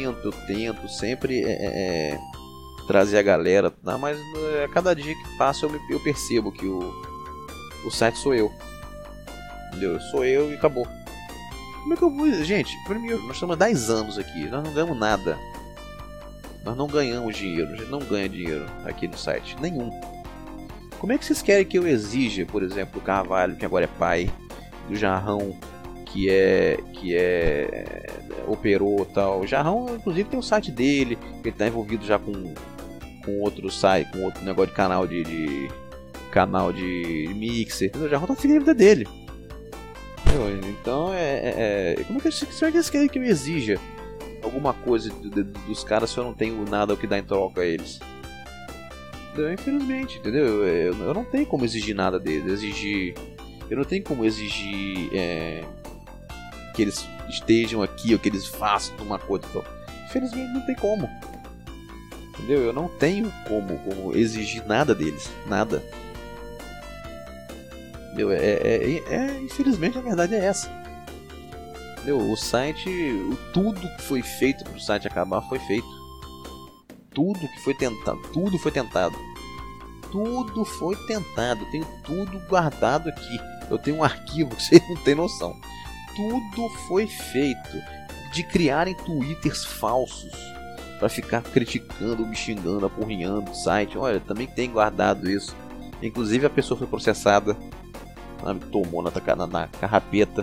trazer a galera, mas a cada dia que passa eu percebo que o site sou eu. Entendeu? Sou eu e acabou. Como é que eu vou... Gente, primeiro, nós estamos há 10 anos aqui, nós não ganhamos nada. Nós não ganhamos dinheiro, a gente não ganha dinheiro aqui no site, nenhum. Como é que vocês querem que eu exija, por exemplo, do Carvalho, que agora é pai, do Jarrão, que operou tal. O Jarrão, inclusive, tem um site dele, ele está envolvido já com outro site, com outro negócio de canal de mixer. O Jarrão tá seguindo a vida dele. Então, como é que vocês querem que eu exija alguma coisa dos caras se eu não tenho nada o que dar em troca a eles? Então, infelizmente, entendeu? Eu não tenho como exigir nada deles. Eu não tenho como exigir que eles estejam aqui ou que eles façam uma coisa. Então, infelizmente, não tem como. Entendeu? Eu não tenho como exigir nada deles. Nada. Entendeu? Infelizmente, a verdade é essa. Entendeu? O site, tudo que foi feito para o site acabar foi feito. Tudo que foi tentado, tudo foi tentado. Tudo foi tentado. Eu tenho tudo guardado aqui. Eu tenho um arquivo que vocês não tem noção. Tudo foi feito de criarem twitters falsos para ficar criticando, me xingando, apurrinhando o site. Olha, também tem guardado isso. Inclusive a pessoa foi processada, sabe? Tomou na carrapeta.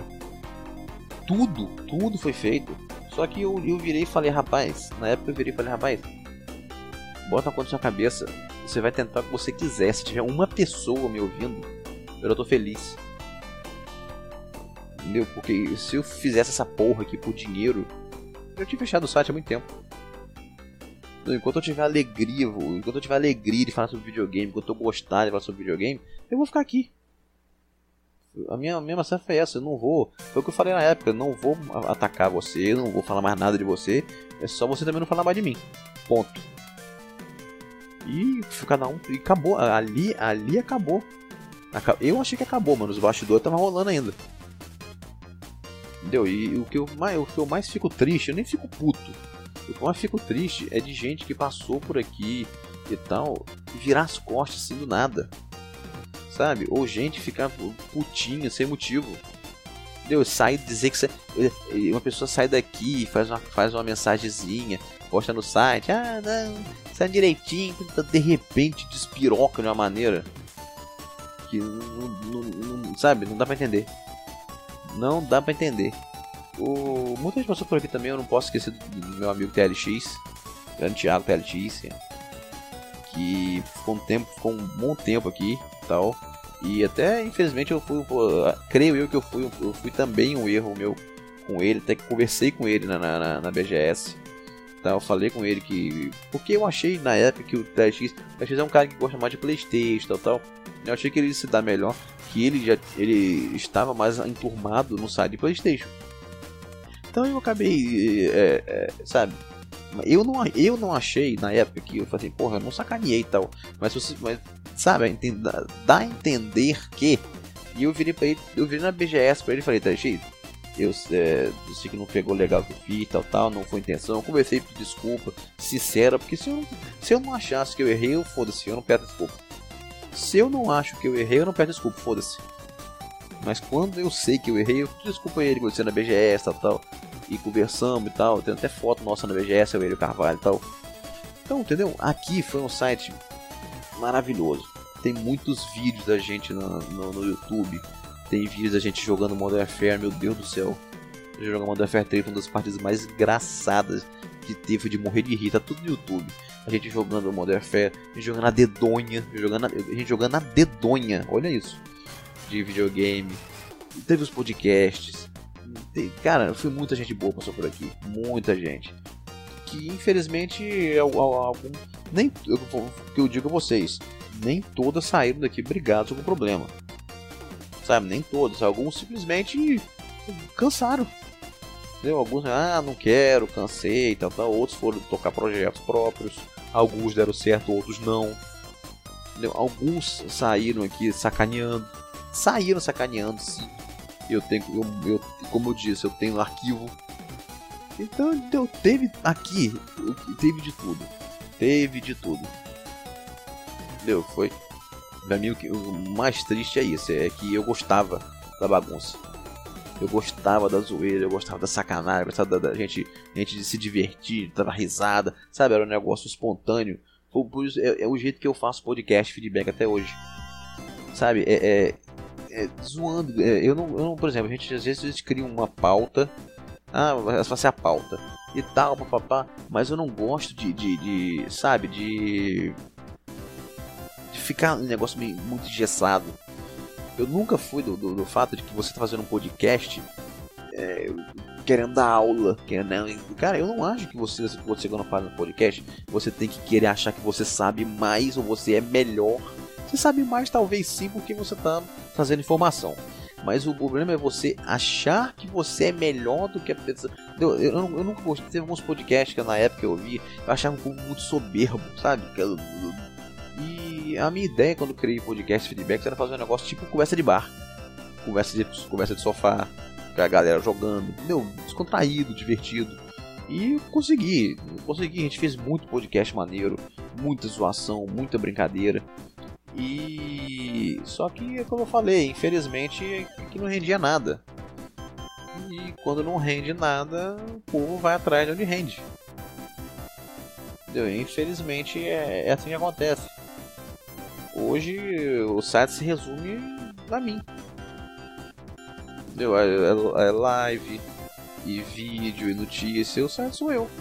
Tudo foi feito. Só que eu virei e falei, rapaz, na época eu virei e falei, rapaz, bota uma coisa na sua cabeça. Você vai tentar o que você quiser. Se tiver uma pessoa me ouvindo, eu já tô feliz. Entendeu? Porque se eu fizesse essa porra aqui por dinheiro, eu tinha fechado o site há muito tempo. Enquanto eu tiver alegria de falar sobre videogame, enquanto eu gostar de falar sobre videogame, eu vou ficar aqui. A minha maçã foi essa. Eu não vou. Foi o que eu falei na época. Eu não vou atacar você, não vou falar mais nada de você. É só você também não falar mais de mim. Ponto. E cada um. E acabou. Ali acabou. Eu achei que acabou, mano. Os bastidores estavam rolando ainda. Entendeu? E o que eu mais fico triste, eu nem fico puto. O que eu mais fico triste é de gente que passou por aqui e tal, virar as costas assim do nada. Sabe? Ou gente ficar putinha sem motivo. Entendeu? Sai dizer que uma pessoa sai daqui, faz uma mensagenzinha, posta no site, não, sai direitinho, de repente despiroca de uma maneira que não sabe, não dá pra entender. Não dá pra entender. Muita gente passou por aqui também, eu não posso esquecer do meu amigo TLX, grande Thiago TLX, que ficou um bom tempo aqui e tal. E até, infelizmente, creio eu que eu fui também um erro meu com ele, até que conversei com ele na BGS. Então, eu falei com ele que... Porque eu achei na época que o TLX é um cara que gosta mais de Playstation e tal. Eu achei que ele ia se dar melhor, que ele estava mais enturmado no site de Playstation. Então eu acabei, sabe, eu não achei na época que eu falei assim, porra, eu não sacaneei e tal, mas sabe, dá a entender que, e eu virei na BGS pra ele e falei, tá, eu sei que não pegou legal o que eu fiz, tal, não foi intenção, eu conversei, pedi desculpa, sincera, porque se eu não achasse que eu errei, foda-se, eu não peço desculpa. Se eu não acho que eu errei, eu não peço desculpa, foda-se. Mas quando eu sei que eu errei, eu pedi desculpa a ele, quando você na BGS, tal, e conversamos e tal, tem até foto nossa na BGS, eu e ele, o Carvalho e tal. Então, entendeu? Aqui foi um site maravilhoso. Tem muitos vídeos da gente no YouTube. Tem vídeos da gente jogando Modern Warfare, meu Deus do céu. Jogando Modern Warfare 3 foi uma das partidas mais engraçadas que teve de morrer de rir, tá tudo no YouTube. A gente jogando Modern Warfare, a gente jogando a dedonha, a gente jogando a dedonha, olha isso, de videogame. Teve os podcasts. Cara, foi muita gente boa que passou por aqui, muita gente. Que infelizmente nem que eu digo a vocês, nem todas saíram daqui brigados com problema. Sabe, nem todas, alguns simplesmente cansaram. Entendeu? Alguns, não quero, cansei, tal. Outros foram tocar projetos próprios. Alguns deram certo, outros não. Entendeu? Alguns saíram aqui sacaneando. Saíram sacaneando, sim. Como eu disse, eu tenho um arquivo. Então, teve de tudo. Teve de tudo. Entendeu? Foi. Pra mim, o mais triste é isso. É que eu gostava da bagunça. Eu gostava da zoeira, eu gostava da sacanagem, eu gostava da gente de se divertir, dar risada, sabe? Era um negócio espontâneo. Por isso, é o jeito que eu faço podcast, feedback até hoje. Sabe? Zoando. Eu não, por exemplo, a gente às vezes cria uma pauta. Vai ser a pauta e tal, papapá. Mas eu não gosto sabe? De ficar um negócio muito engessado. Eu nunca fui do fato de que você tá fazendo um podcast querendo dar aula. Cara, eu não acho que você quando faz um podcast, você tem que querer achar que você sabe mais ou você é melhor. Você sabe mais, talvez sim, porque você tá trazendo informação. Mas o problema é você achar que você é melhor do que a pessoa. Eu nunca gostei. Teve alguns podcasts que na época eu ouvi, eu achava um pouco muito soberbo, sabe? E a minha ideia quando eu criei podcast feedback era fazer um negócio tipo conversa de bar, conversa de sofá, com a galera jogando, descontraído, divertido. E consegui, a gente fez muito podcast maneiro, muita zoação, muita brincadeira. E só que, como eu falei, infelizmente aqui não rendia nada. E quando não rende nada, o povo vai atrás de onde rende. Entendeu? Infelizmente é assim que acontece. Hoje o site se resume a mim. Entendeu? É live, e vídeo, e notícia, o site sou eu.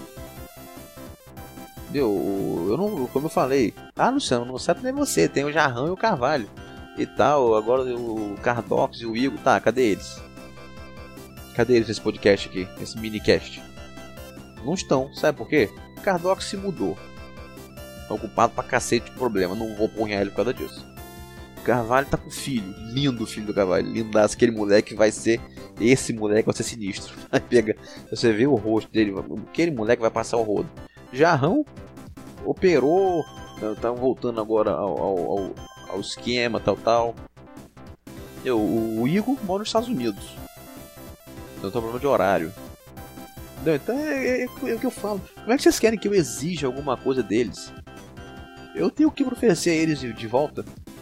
Eu não, como eu falei, Luciano, no site não é você, tem o Jarrão e o Carvalho e tal, agora o Cardox e o Igor, tá, cadê eles? Cadê eles nesse podcast aqui, esse minicast? Não estão, sabe por quê? O Cardox se mudou, tá ocupado pra cacete de problema, não vou porrinhar ele por causa disso. O Carvalho tá com filho, lindo o filho do Carvalho, lindaço, aquele moleque vai ser, esse moleque vai ser sinistro, vai pegar, você vê o rosto dele, aquele moleque vai passar o rodo. Jarrão operou, tá voltando agora ao esquema, tal. O Igor mora nos Estados Unidos, então tem um problema de horário. Então é o que eu falo. Como é que vocês querem que eu exija alguma coisa deles? Eu tenho que oferecer a eles de volta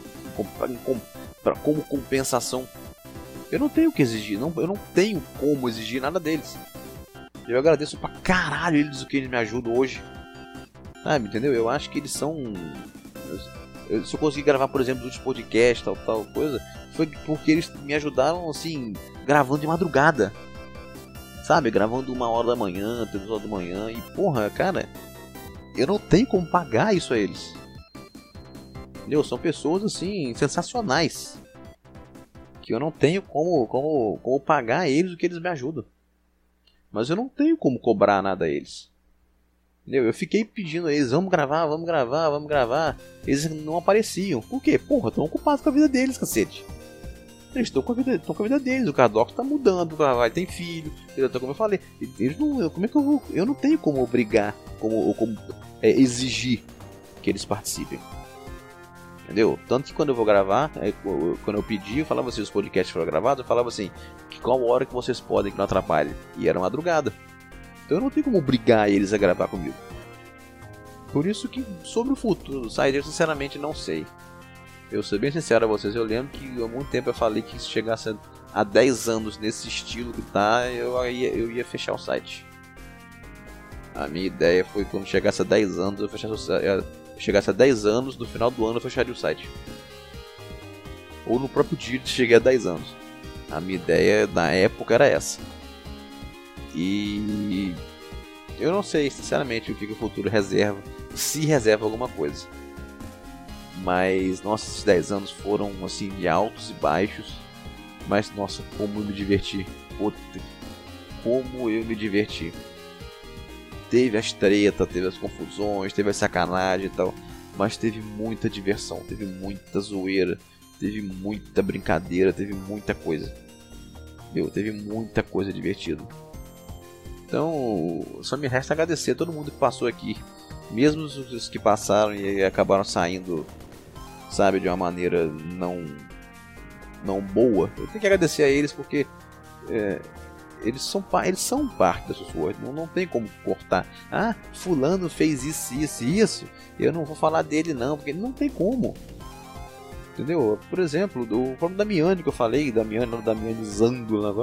como compensação. Eu não tenho que exigir, eu não tenho como exigir nada deles. Eu agradeço pra caralho eles o que eles me ajudam hoje. Sabe, entendeu? Eu acho que eles são... Se eu conseguir gravar, por exemplo, os podcasts, tal coisa, foi porque eles me ajudaram, assim, gravando de madrugada. Sabe, gravando 1h da manhã, 3h da manhã. E, porra, cara, eu não tenho como pagar isso a eles. Entendeu? São pessoas, assim, sensacionais. Que eu não tenho como pagar a eles o que eles me ajudam. Mas eu não tenho como cobrar nada a eles. Entendeu? Eu fiquei pedindo a eles, vamos gravar. Eles não apareciam. Por quê? Porra, estão ocupados com a vida deles, cacete. Eles estão com a vida deles. O Cardox tá mudando, o Carvalho tem filho. Como eu falei, eles não, como é que eu vou? Eu não tenho como obrigar, como exigir que eles participem. Entendeu? Tanto que quando eu vou gravar, quando eu pedi, eu falava assim, os podcasts foram gravados, eu falava assim, que qual hora que vocês podem que não atrapalhe. E era madrugada. Então eu não tenho como obrigar eles a gravar comigo. Por isso que sobre o futuro do site eu sinceramente não sei. Eu sou bem sincero a vocês, eu lembro que há muito tempo eu falei que se chegasse a 10 anos nesse estilo que tá, eu ia fechar o site. A minha ideia foi quando chegasse a 10 anos eu fechasse o site. Chegasse a 10 anos, no final do ano eu fecharia o site. Ou no próprio dia de chegar a 10 anos. A minha ideia na época era essa. E eu não sei, sinceramente, o que o futuro reserva. Se reserva alguma coisa. Mas, nossa, esses 10 anos foram, assim, de altos e baixos. Mas, nossa, como eu me diverti. Puta, como eu me diverti. Teve as tretas, teve as confusões, teve a sacanagem e tal. Mas teve muita diversão, teve muita zoeira, teve muita brincadeira, teve muita coisa. Teve muita coisa divertida. Então, só me resta agradecer a todo mundo que passou aqui. Mesmo os que passaram e acabaram saindo, sabe, de uma maneira não boa. Eu tenho que agradecer a eles porque eles são parte da Sussuord. Não tem como cortar. Fulano fez isso. Eu não vou falar dele não, porque não tem como. Entendeu? Por exemplo, do próprio Damiani que eu falei, Damiani Zanglo agora.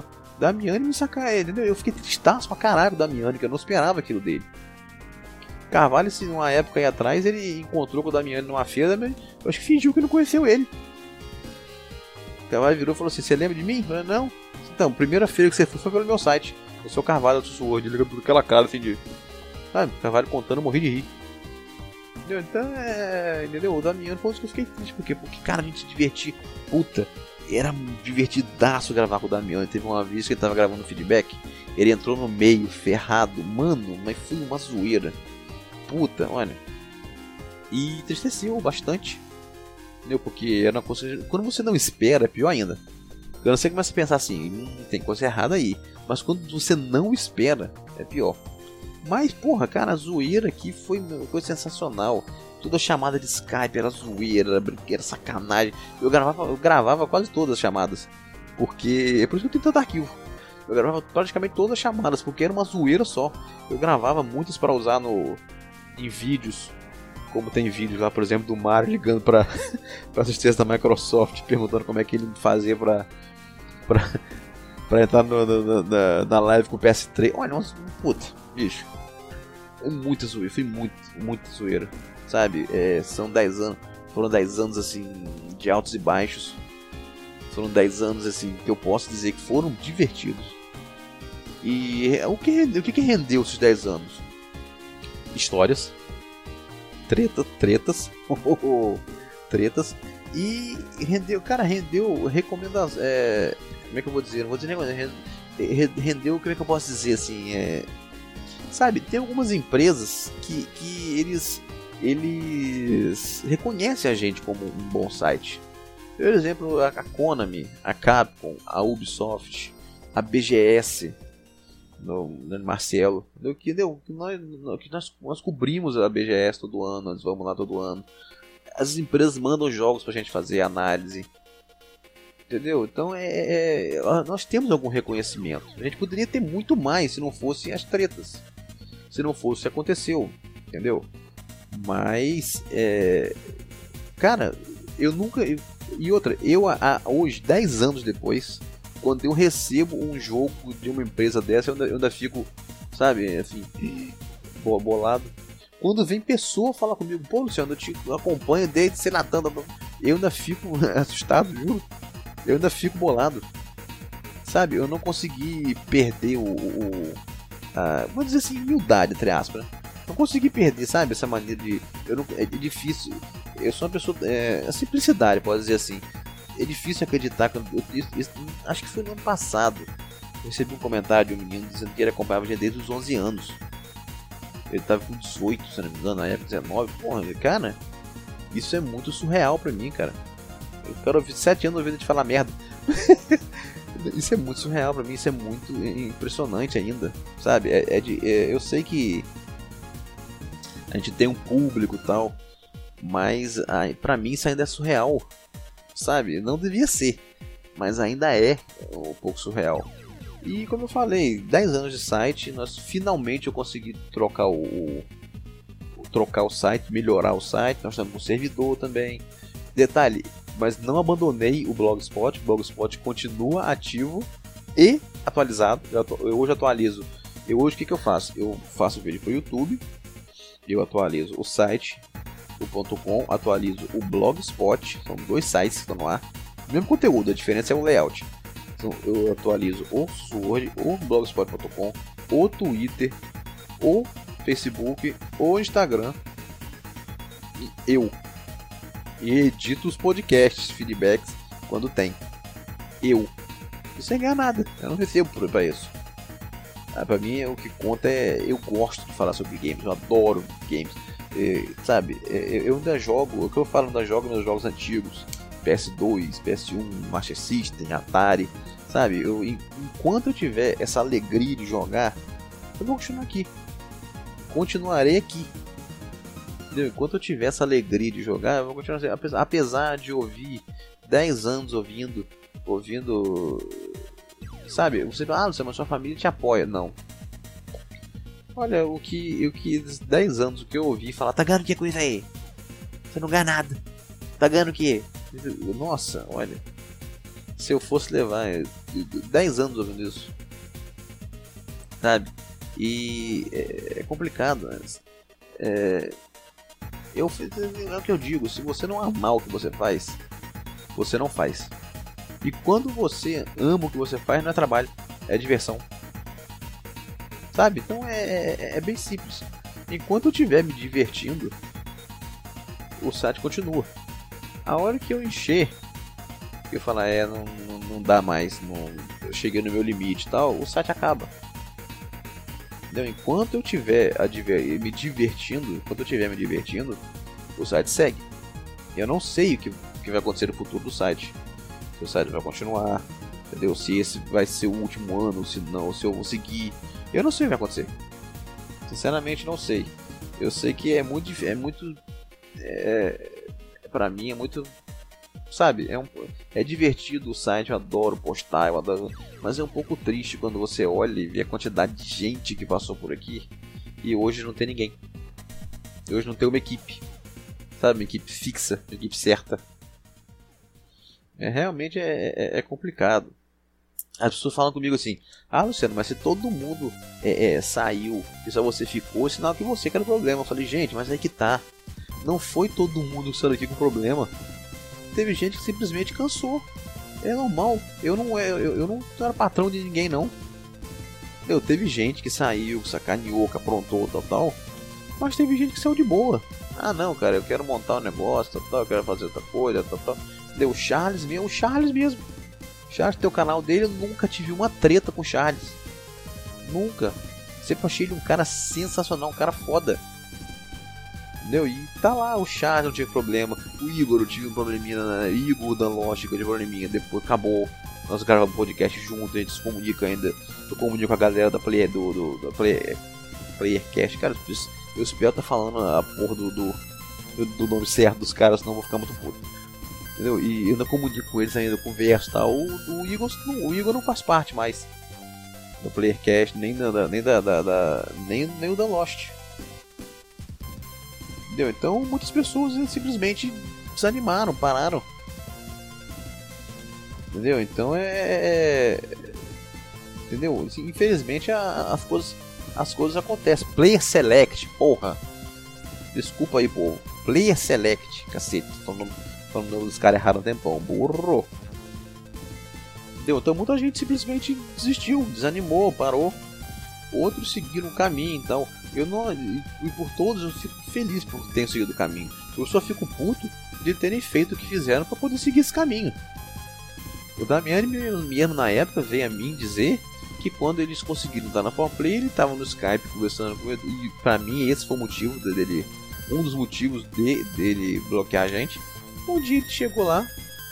Damiani me sacar, entendeu? Eu fiquei tristaço pra caralho com o Damiani, que eu não esperava aquilo dele. Carvalho, se numa época aí atrás, ele encontrou com o Damiani numa feira, mas eu acho que fingiu que não conheceu ele. O Carvalho virou e falou assim: você lembra de mim? Eu falei: não. Então, a primeira feira que você foi pelo meu site. Eu sou o Carvalho do Sussurro, ele liga por aquela cara assim de. Sabe, o Carvalho contando, eu morri de rir. Entendeu? Então, entendeu? O Damiani, pô, eu fiquei triste, porque, cara, a gente se divertia. Puta, era divertidaço gravar com o Damiani. Teve uma vez que ele tava gravando feedback, ele entrou no meio, ferrado, mano, mas foi uma zoeira. Puta, olha. E entristeceu bastante. Entendeu? Porque era uma coisa. Quando você não espera, é pior ainda. Quando você começa a pensar assim, tem coisa errada aí. Mas quando você não espera, é pior. Mas, porra, cara, a zoeira aqui foi sensacional. Toda chamada de Skype era zoeira, brinqueira, sacanagem. Eu gravava quase todas as chamadas. Porque. É por isso que eu tenho tanto arquivo. Eu gravava praticamente todas as chamadas, porque era uma zoeira só. Eu gravava muitas para usar em vídeos. Como tem vídeos lá, por exemplo, do Mario ligando para assistência da Microsoft, perguntando como é que ele fazia para entrar na live com o PS3. Olha, nossa, puta, bicho. É muita zoeira, foi muito zoeira. Sabe, são 10 anos, foram 10 anos assim, de altos e baixos. Foram 10 anos assim, que eu posso dizer que foram divertidos. E o que rendeu esses 10 anos? Histórias, tretas, e rendeu recomendações, como é que eu vou dizer? Não vou dizer rendeu, como é que eu posso dizer assim, sabe, tem algumas empresas que eles reconhecem a gente como um bom site. Por exemplo, a Konami, a Capcom, a Ubisoft, a BGS, no Marcelo, que nós cobrimos a BGS todo ano, nós vamos lá todo ano. As empresas mandam jogos pra gente fazer análise, entendeu? Então nós temos algum reconhecimento. A gente poderia ter muito mais se não fossem as tretas, se não fosse o que aconteceu, entendeu? Mas cara, eu nunca. E outra, hoje, 10 anos depois, quando eu recebo um jogo de uma empresa dessa, eu ainda fico, sabe, assim, bolado. Quando vem pessoa falar comigo: pô, Luciano, eu te acompanho desde sei lá tanto, eu ainda fico assustado, juro. Eu ainda fico bolado. Sabe, eu não consegui perder vou dizer assim, humildade, entre aspas, né? Não consegui perder, sabe, essa maneira de. É difícil. Eu sou uma pessoa. A simplicidade, pode dizer assim. É difícil acreditar que acho que foi no ano passado. Eu recebi um comentário de um menino dizendo que ele acompanhava a gente desde os 11 anos. Ele tava com 18, se não me engano, na época 19. Porra, cara, isso é muito surreal pra mim, cara. Eu quero ouvir 7 anos ouvindo de falar merda. Isso é muito surreal pra mim, isso é muito impressionante ainda, sabe? Eu sei que a gente tem um público e tal, mas pra mim isso ainda é surreal, sabe? Não devia ser, mas ainda é um pouco surreal. E como eu falei, 10 anos de site, finalmente eu consegui trocar o site, melhorar o site, nós estamos com servidor também. Detalhe, mas não abandonei o Blogspot continua ativo e atualizado. Eu hoje atualizo. Hoje o que eu faço? Eu faço vídeo para o YouTube, eu atualizo o site, o .com, atualizo o Blogspot, são 2 sites que estão no ar, o mesmo conteúdo, a diferença é o layout. Então eu atualizo o Sword, o Blogspot.com, o Twitter, o Facebook, o Instagram, e edito os podcasts, feedbacks, quando tem. Isso sem ganhar nada, eu não recebo pra isso. Pra mim o que conta eu gosto de falar sobre games, eu adoro games. Sabe, eu ainda jogo, o que eu falo, ainda jogo meus jogos antigos, PS2, PS1, Master System, Atari, sabe, enquanto eu tiver essa alegria de jogar, eu vou continuar aqui, continuarei aqui, entendeu? Enquanto eu tiver essa alegria de jogar, eu vou continuar assim, apesar de ouvir 10 anos ouvindo, sabe, você fala: Luciano, mas sua família te apoia. Não. Olha, o que 10 anos o que eu ouvi falar: tá ganhando o que com isso aí? Você não ganha nada. Tá ganhando o que? Nossa, olha. se eu fosse levar 10 anos ouvindo isso, sabe? E é complicado, mas é o que eu digo, se você não amar o que você faz, você não faz. E quando você ama o que você faz, não é trabalho, é diversão, sabe? Então é bem simples. Enquanto eu estiver me divertindo, o site continua. A hora que eu encher, que eu falar, não dá mais, eu cheguei no meu limite e tal, o site acaba. Entendeu? Enquanto eu estiver me divertindo, o site segue. Eu não sei o que vai acontecer no futuro do site. Se o site vai continuar, entendeu? Se esse vai ser o último ano, se não, se eu vou seguir. Eu não sei o que vai acontecer. Sinceramente não sei. Eu sei que pra mim é muito, sabe, é divertido o site, eu adoro postar, mas é um pouco triste quando você olha e vê a quantidade de gente que passou por aqui e hoje não tem ninguém. Hoje não tem uma equipe, sabe, uma equipe fixa, uma equipe certa. Realmente é complicado. As pessoas falam comigo assim: ah, Luciano, mas se todo mundo saiu e só você ficou, é sinal que você que era o problema. Eu falei: gente, mas aí que tá, não foi todo mundo que saiu daqui com problema. Teve gente que simplesmente cansou. É normal. Eu não era patrão de ninguém, não. Teve gente que saiu, sacaneou, que aprontou, tal. Mas teve gente que saiu de boa. Ah, não, cara, eu quero montar um negócio, tal, eu quero fazer outra coisa, tal. O Charles mesmo. Charles tem o canal dele, eu nunca tive uma treta com o Charles. Nunca. Sempre achei ele um cara sensacional, um cara foda. Entendeu? E tá lá, o Charles não tive problema. O Igor, eu tive um probleminha, né? Igor, o Dan Lost, eu tive um probleminha. Depois acabou. Nós gravamos podcast junto, a gente se comunica ainda. Eu comunico com a galera da Playercast. Cara, eu espero tá falando a porra do nome certo dos caras, senão eu vou ficar muito puto. Entendeu? E eu ainda comunico com eles ainda, converso e tal. O Igor não faz parte mais do Playercast, nem o da Lost. Entendeu? Então muitas pessoas simplesmente desanimaram, pararam. Entendeu? Então entendeu? Assim, infelizmente as coisas acontecem. Player Select, porra. Desculpa aí, povo. Player Select, cacete. Falando dos caras erraram um tempão, burro. Entendeu? Então muita gente simplesmente desistiu, desanimou, parou. Outros seguiram o caminho, então e por todos eu fico feliz por terem seguido o caminho. Eu só fico puto de terem feito o que fizeram para poder seguir esse caminho. O Damiani mesmo na época veio a mim dizer que quando eles conseguiram estar na 4Play, ele estava no Skype conversando com ele, e pra mim esse foi o motivo dele, um dos motivos dele bloquear a gente. Um dia ele chegou lá,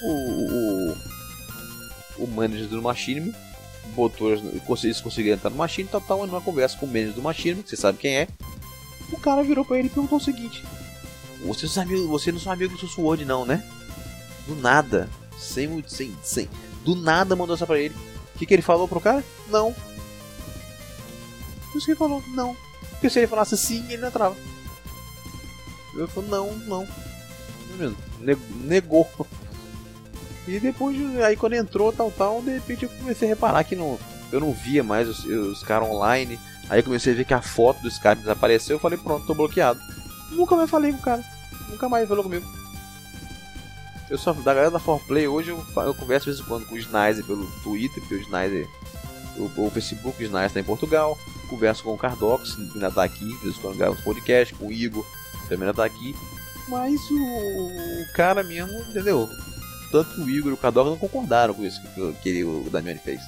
o manager do Machinima botou, eles conseguiram entrar no Machinima, tal, numa conversa com o manager do Machinima, que você sabe quem é. O cara virou pra ele e perguntou o seguinte: você não são amigo do Sword não, né? Do nada, sem do nada mandou essa pra ele. O que ele falou pro cara? Não. Isso que ele falou, não. Porque se ele falasse sim, ele não entrava. Ele falou não. Negou. E depois, aí quando entrou, tal, de repente eu comecei a reparar que eu não via mais os caras online. Aí eu comecei a ver que a foto do Skype desapareceu. Eu falei: pronto, tô bloqueado. Nunca mais falei com o cara. Nunca mais falou comigo. Eu só, da galera da 4Play, hoje eu converso de vez em quando com o Snizer pelo Twitter, porque o Snizer, o Facebook, o Snizer está em Portugal. Converso com o Cardox, que ainda tá aqui, de vez em quando gravo os podcasts, com o Igor, também ainda tá aqui. Mas o cara mesmo, entendeu? Tanto o Igor e o Cardox não concordaram com isso que o Damiani fez.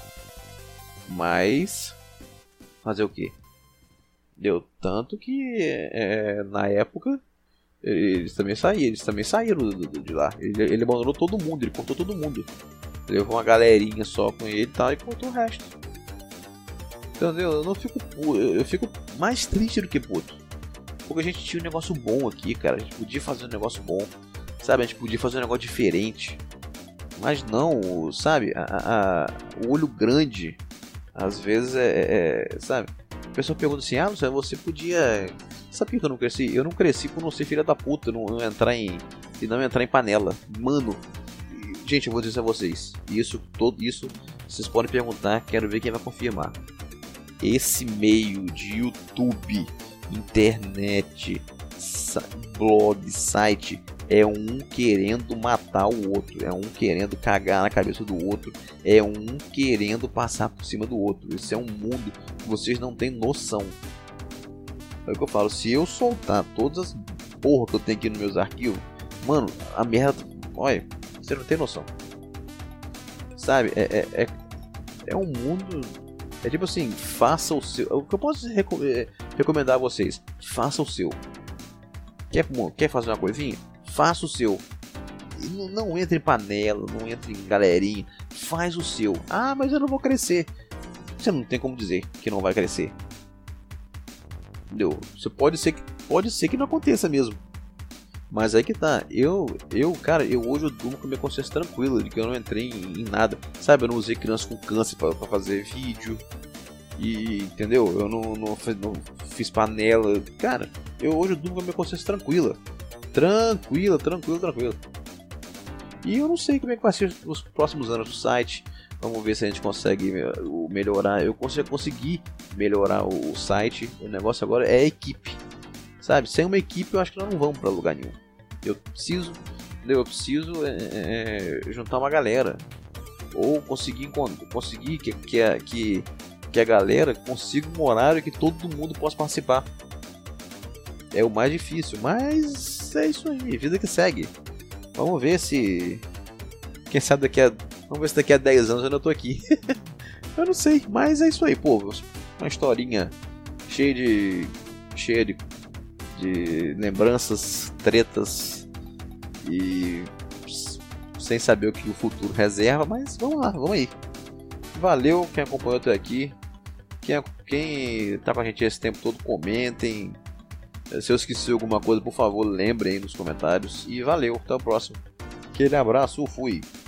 Mas fazer o quê? Deu tanto que na época eles também saíram de lá. Ele abandonou todo mundo, ele cortou todo mundo. Ele levou uma galerinha só com ele e tal, e cortou o resto. Entendeu? Eu fico mais triste do que puto. Porque a gente tinha um negócio bom aqui, cara. A gente podia fazer um negócio bom, sabe? A gente podia fazer um negócio diferente. Mas não, sabe? O olho grande, às vezes, sabe? A pessoa pergunta assim: ah, você podia... Sabe por que eu não cresci? Eu não cresci por não ser filha da puta, não entrar em panela. Mano, gente, eu vou dizer a vocês, tudo isso vocês podem perguntar, quero ver quem vai confirmar. Esse meio de YouTube, internet, blog, site, é um querendo matar o outro, é um querendo cagar na cabeça do outro, é um querendo passar por cima do outro. Esse é um mundo que vocês não têm noção. É o que eu falo, se eu soltar todas as porra que eu tenho aqui nos meus arquivos, mano, a merda, olha, você não tem noção. Sabe, é um mundo, é tipo assim, faça o seu, o que eu posso recomendar a vocês, faça o seu. Quer fazer uma coisinha? Faça o seu. Não entre em panela, não entre em galerinha. Faz o seu. Ah, mas eu não vou crescer. Você não tem como dizer que não vai crescer. Entendeu? Você pode ser que não aconteça mesmo. Mas aí que tá. Cara, hoje eu durmo com a minha consciência tranquila de que eu não entrei em nada. Sabe, eu não usei criança com câncer pra fazer vídeo. E, entendeu? Eu não fiz panela. Cara, hoje eu durmo com a minha consciência tranquila. Tranquila. E eu não sei como é que vai ser os próximos anos do site. Vamos ver se a gente consegue melhorar. Eu consegui melhorar o site. O negócio agora é a equipe. Sabe? Sem uma equipe eu acho que nós não vamos pra lugar nenhum. Eu preciso juntar uma galera. Ou conseguir que a galera consiga um horário que todo mundo possa participar. É o mais difícil, mas é isso aí, vida que segue. Vamos ver se... Quem sabe vamos ver se daqui a 10 anos eu ainda tô aqui. Eu não sei, mas é isso aí, pô. Uma historinha cheia de lembranças, tretas e sem saber o que o futuro reserva, mas vamos lá, vamos aí. Valeu quem acompanhou até aqui. Quem tá com a gente esse tempo todo, comentem. Se eu esqueci alguma coisa, por favor, lembrem aí nos comentários. E valeu, até o próximo. Aquele abraço, fui.